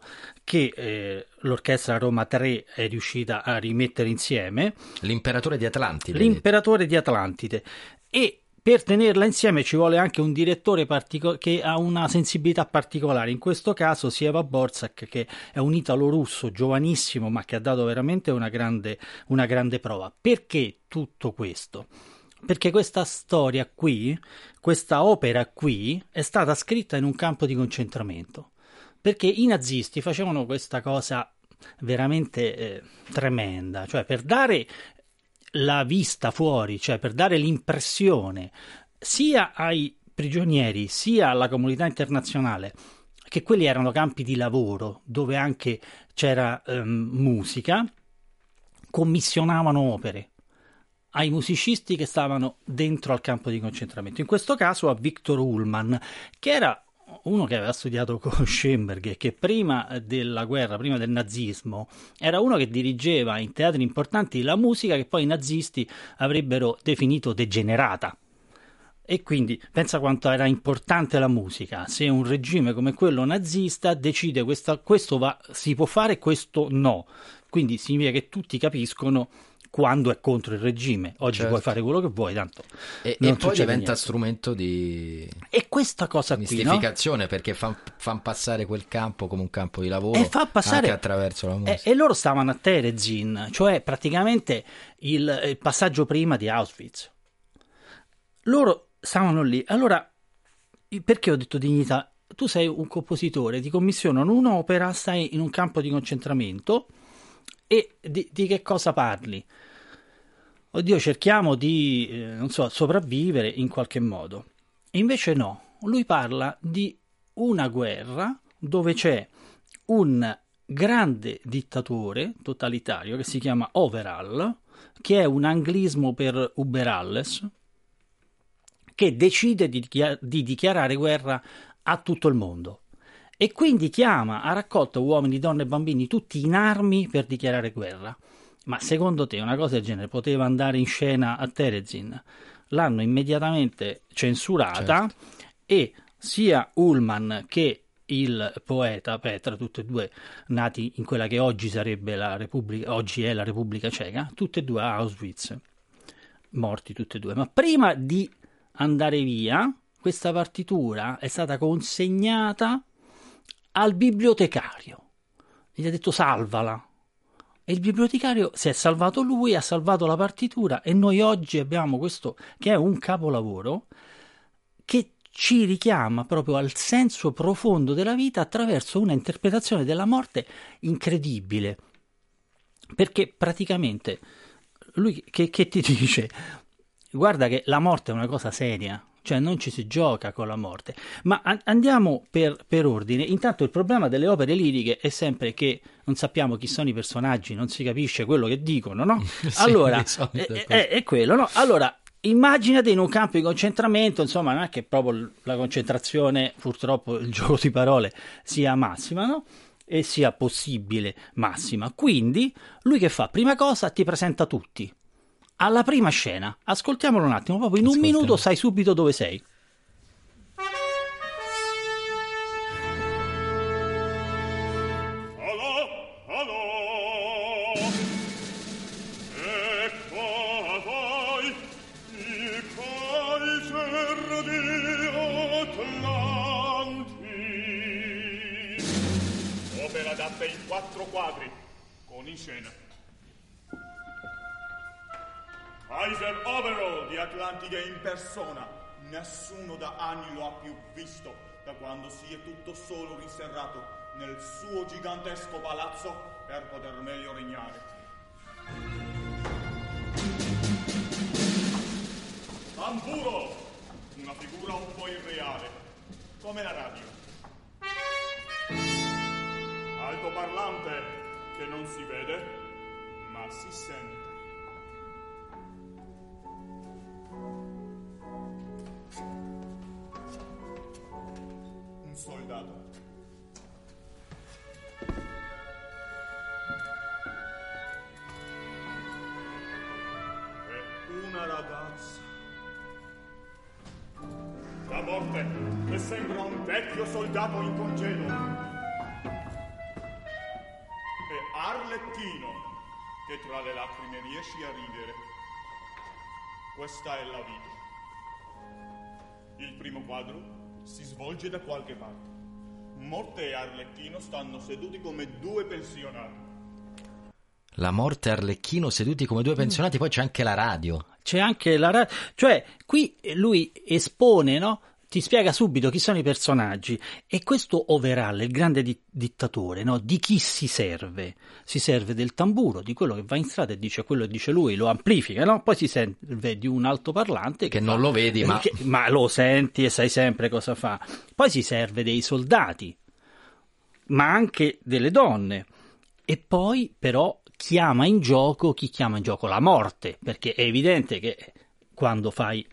che l'Orchestra Roma 3 è riuscita a rimettere insieme. L'Imperatore di Atlantide. L'Imperatore di Atlantide. E per tenerla insieme ci vuole anche un direttore che ha una sensibilità particolare. In questo caso Sieva Borsak, che è un italo-russo giovanissimo ma che ha dato veramente una grande prova. Perché tutto questo? Perché questa storia qui, questa opera qui, è stata scritta in un campo di concentramento. Perché i nazisti facevano questa cosa veramente tremenda, cioè per dare la vista fuori, cioè per dare l'impressione sia ai prigionieri sia alla comunità internazionale che quelli erano campi di lavoro dove anche c'era musica, commissionavano opere ai musicisti che stavano dentro al campo di concentramento. In questo caso a Victor Ullmann, che era uno che aveva studiato con Schoenberg e che prima della guerra, prima del nazismo, era uno che dirigeva in teatri importanti la musica che poi i nazisti avrebbero definito degenerata. E quindi pensa quanto era importante la musica. Se un regime come quello nazista decide questo si può fare, questo no. Quindi significa che tutti capiscono quando è contro il regime. Oggi puoi fare quello che vuoi, tanto e poi diventa niente. Strumento di e questa cosa mistificazione, no? Perché fan passare quel campo come un campo di lavoro e fa passare, anche attraverso la musica. E loro stavano a Terezin, cioè praticamente il passaggio prima di Auschwitz. Loro stavano lì. Allora, perché ho detto dignità? Tu sei un compositore, ti commissionano un'opera, stai in un campo di concentramento e di che cosa parli? Oddio, cerchiamo di, sopravvivere in qualche modo. E invece no, lui parla di una guerra dove c'è un grande dittatore totalitario che si chiama Overall, che è un anglismo per Uber alles, che decide di dichiarare guerra a tutto il mondo. E quindi ha raccolto uomini, donne e bambini tutti in armi per dichiarare guerra. Ma secondo te una cosa del genere poteva andare in scena a Terezin? L'hanno immediatamente censurata, certo. E sia Ullmann che il poeta Petra, tutti e due nati in quella che oggi sarebbe oggi è la Repubblica Ceca, tutti e due a Auschwitz, morti tutti e due. Ma prima di andare via, questa partitura è stata consegnata al bibliotecario. Gli ha detto salvala. E il bibliotecario si è salvato lui, ha salvato la partitura, e noi oggi abbiamo questo che è un capolavoro che ci richiama proprio al senso profondo della vita attraverso una interpretazione della morte incredibile. Perché praticamente lui che ti dice? Guarda che la morte è una cosa seria, cioè non ci si gioca con la morte. Ma andiamo per ordine. Intanto il problema delle opere liriche è sempre che non sappiamo chi sono i personaggi, non si capisce quello che dicono, no? Allora, è quello, no? Allora, immaginate in un campo di concentramento, insomma, non è che proprio la concentrazione, purtroppo il gioco di parole, sia massima, no? E sia possibile massima. Quindi lui che fa? Prima cosa ti presenta tutti alla prima scena. Ascoltiamolo un attimo, proprio in un minuto sai subito dove sei. In 4 quadri, con in scena Kaiser Overall di Atlantica in persona. Nessuno da anni lo ha più visto, da quando si è tutto solo riserrato nel suo gigantesco palazzo per poter meglio regnare. Tamburo, una figura un po' irreale, come la radio. Altoparlante che non si vede, ma si sente. Un soldato. E una ragazza. La morte che sembra un vecchio soldato in congedo. Arlecchino, che tra le lacrime riesci a ridere. Questa è la vita. Il primo quadro si svolge da qualche parte. Morte e Arlecchino stanno seduti come due pensionati. La morte e Arlecchino seduti come due pensionati, poi c'è anche la radio. C'è anche la radio, cioè qui lui espone, no? Ti spiega subito chi sono i personaggi, e questo Overall, il grande dittatore, no? Di chi si serve? Si serve del tamburo, di quello che va in strada e dice quello che dice lui, lo amplifica, no? Poi si serve di un altoparlante che non lo vedi, ma lo senti e sai sempre cosa fa. Poi si serve dei soldati, ma anche delle donne, e poi però chiama in gioco, chi chiama in gioco? La morte, perché è evidente che quando fai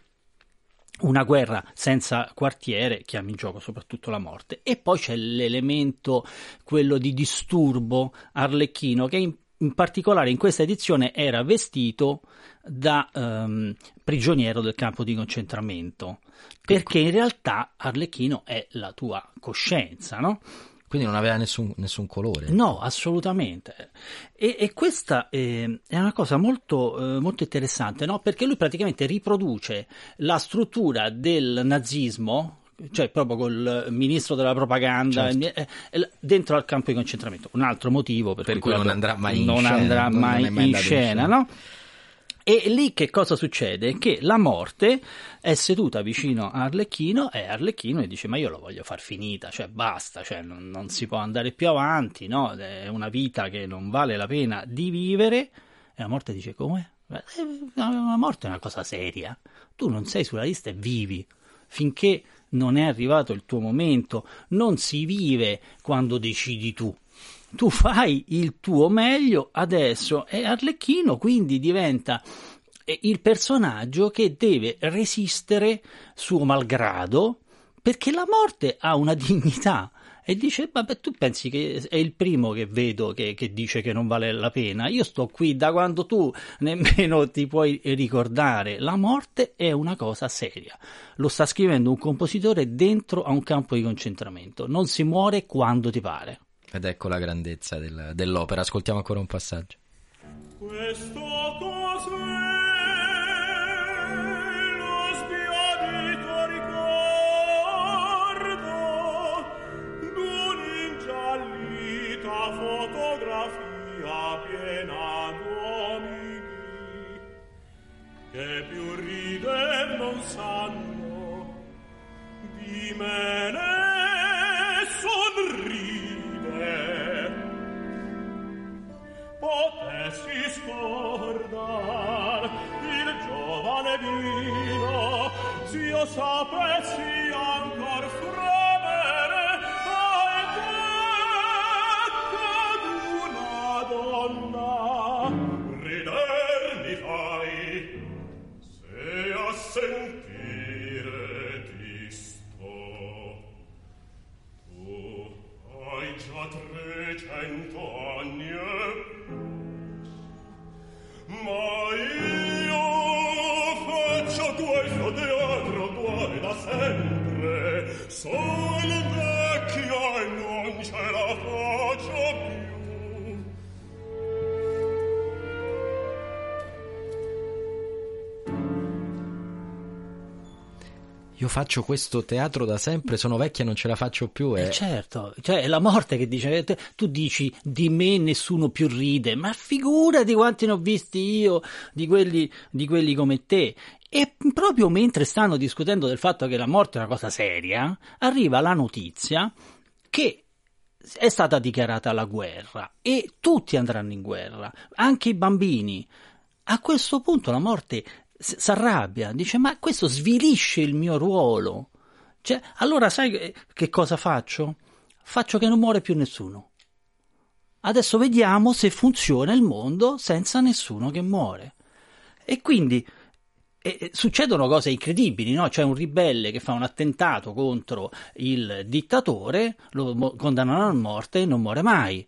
una guerra senza quartiere chiami in gioco soprattutto la morte. E poi c'è l'elemento, quello di disturbo Arlecchino, che in particolare in questa edizione era vestito da prigioniero del campo di concentramento, perché in realtà Arlecchino è la tua coscienza, no? Quindi non aveva nessun colore. No, assolutamente. E questa è una cosa molto, molto interessante, no? Perché lui praticamente riproduce la struttura del nazismo, cioè proprio col ministro della propaganda, certo, dentro al campo di concentramento. Un altro motivo per cui non andrà mai in non scena, andrà mai in scena, no? E lì che cosa succede? Che la morte è seduta vicino a Arlecchino e Arlecchino gli dice: ma io lo voglio far finita, cioè basta, cioè non si può andare più avanti, no? È una vita che non vale la pena di vivere. E la morte dice: come? La morte è una cosa seria, tu non sei sulla lista e vivi finché non è arrivato il tuo momento. Non si vive quando decidi tu fai il tuo meglio adesso, e Arlecchino quindi diventa il personaggio che deve resistere suo malgrado, perché la morte ha una dignità. E dice: vabbè, tu pensi che è il primo che vedo che dice che non vale la pena? Io sto qui da quando tu nemmeno ti puoi ricordare. La morte è una cosa seria. Lo sta scrivendo un compositore dentro a un campo di concentramento. Non si muore quando ti pare. Ed ecco la grandezza dell'opera. Ascoltiamo ancora un passaggio. Questo cos'è? Lo sbiadito ricordo d'un'ingiallita fotografia piena d'uomini che più ride non sanno di me ne sonride. Potessi scordar il giovane vino, se io sapessi ancor fremere ai petto d'una donna. Rider mi fai, se a io faccio questo teatro da sempre, sono vecchia, non ce la faccio più. Certo, cioè è la morte che dice, tu dici di me nessuno più ride, ma figurati quanti ne ho visti io di quelli come te. E proprio mentre stanno discutendo del fatto che la morte è una cosa seria, arriva la notizia che è stata dichiarata la guerra e tutti andranno in guerra, anche i bambini. A questo punto la morte si arrabbia, dice ma questo svilisce il mio ruolo. Cioè, allora sai che cosa faccio? Faccio che non muore più nessuno. Adesso vediamo se funziona il mondo senza nessuno che muore. E quindi succedono cose incredibili, no? C'è un ribelle che fa un attentato contro il dittatore, lo condannano a morte e non muore mai.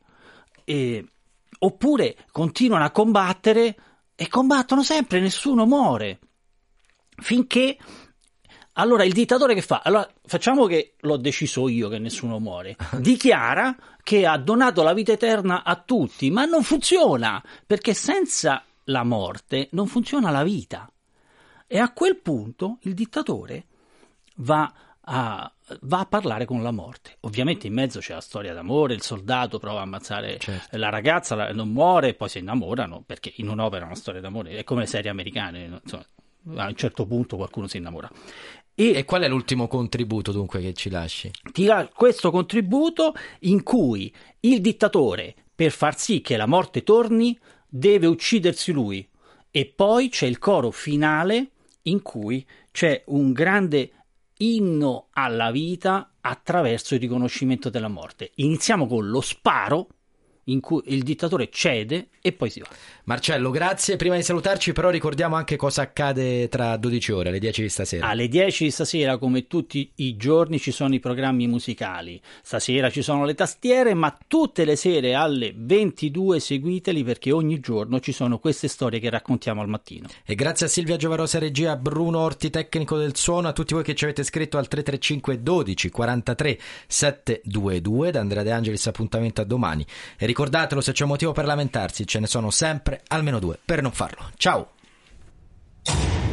Oppure continuano a combattere e combattono sempre, nessuno muore. Finché allora il dittatore che fa? Allora facciamo che l'ho deciso io che nessuno muore. Dichiara che ha donato la vita eterna a tutti, ma non funziona, perché senza la morte non funziona la vita. E a quel punto il dittatore va a parlare con la morte. Ovviamente in mezzo c'è la storia d'amore, il soldato prova a ammazzare la ragazza, non muore, poi si innamorano, perché in un'opera è una storia d'amore, è come le serie americane, insomma, a un certo punto qualcuno si innamora. E qual è l'ultimo contributo dunque che ci lasci? Ti dà questo contributo in cui il dittatore, per far sì che la morte torni, deve uccidersi lui, e poi c'è il coro finale in cui c'è un grande inno alla vita attraverso il riconoscimento della morte. Iniziamo con lo sparo in cui il dittatore cede e poi si va. Marcello, grazie. Prima di salutarci però ricordiamo anche cosa accade tra 12 ore, alle 10 di stasera. Alle 10 di stasera, come tutti i giorni, ci sono i programmi musicali. Stasera ci sono le tastiere, ma tutte le sere alle 22 seguiteli, perché ogni giorno ci sono queste storie che raccontiamo al mattino. E grazie a Silvia Giovarosa regia, a Bruno Orti tecnico del suono, a tutti voi che ci avete scritto al 335 12 43 722. Da Andrea De Angelis appuntamento a domani. E ricordatelo, se c'è motivo per lamentarsi, ce ne sono sempre almeno due per non farlo. Ciao!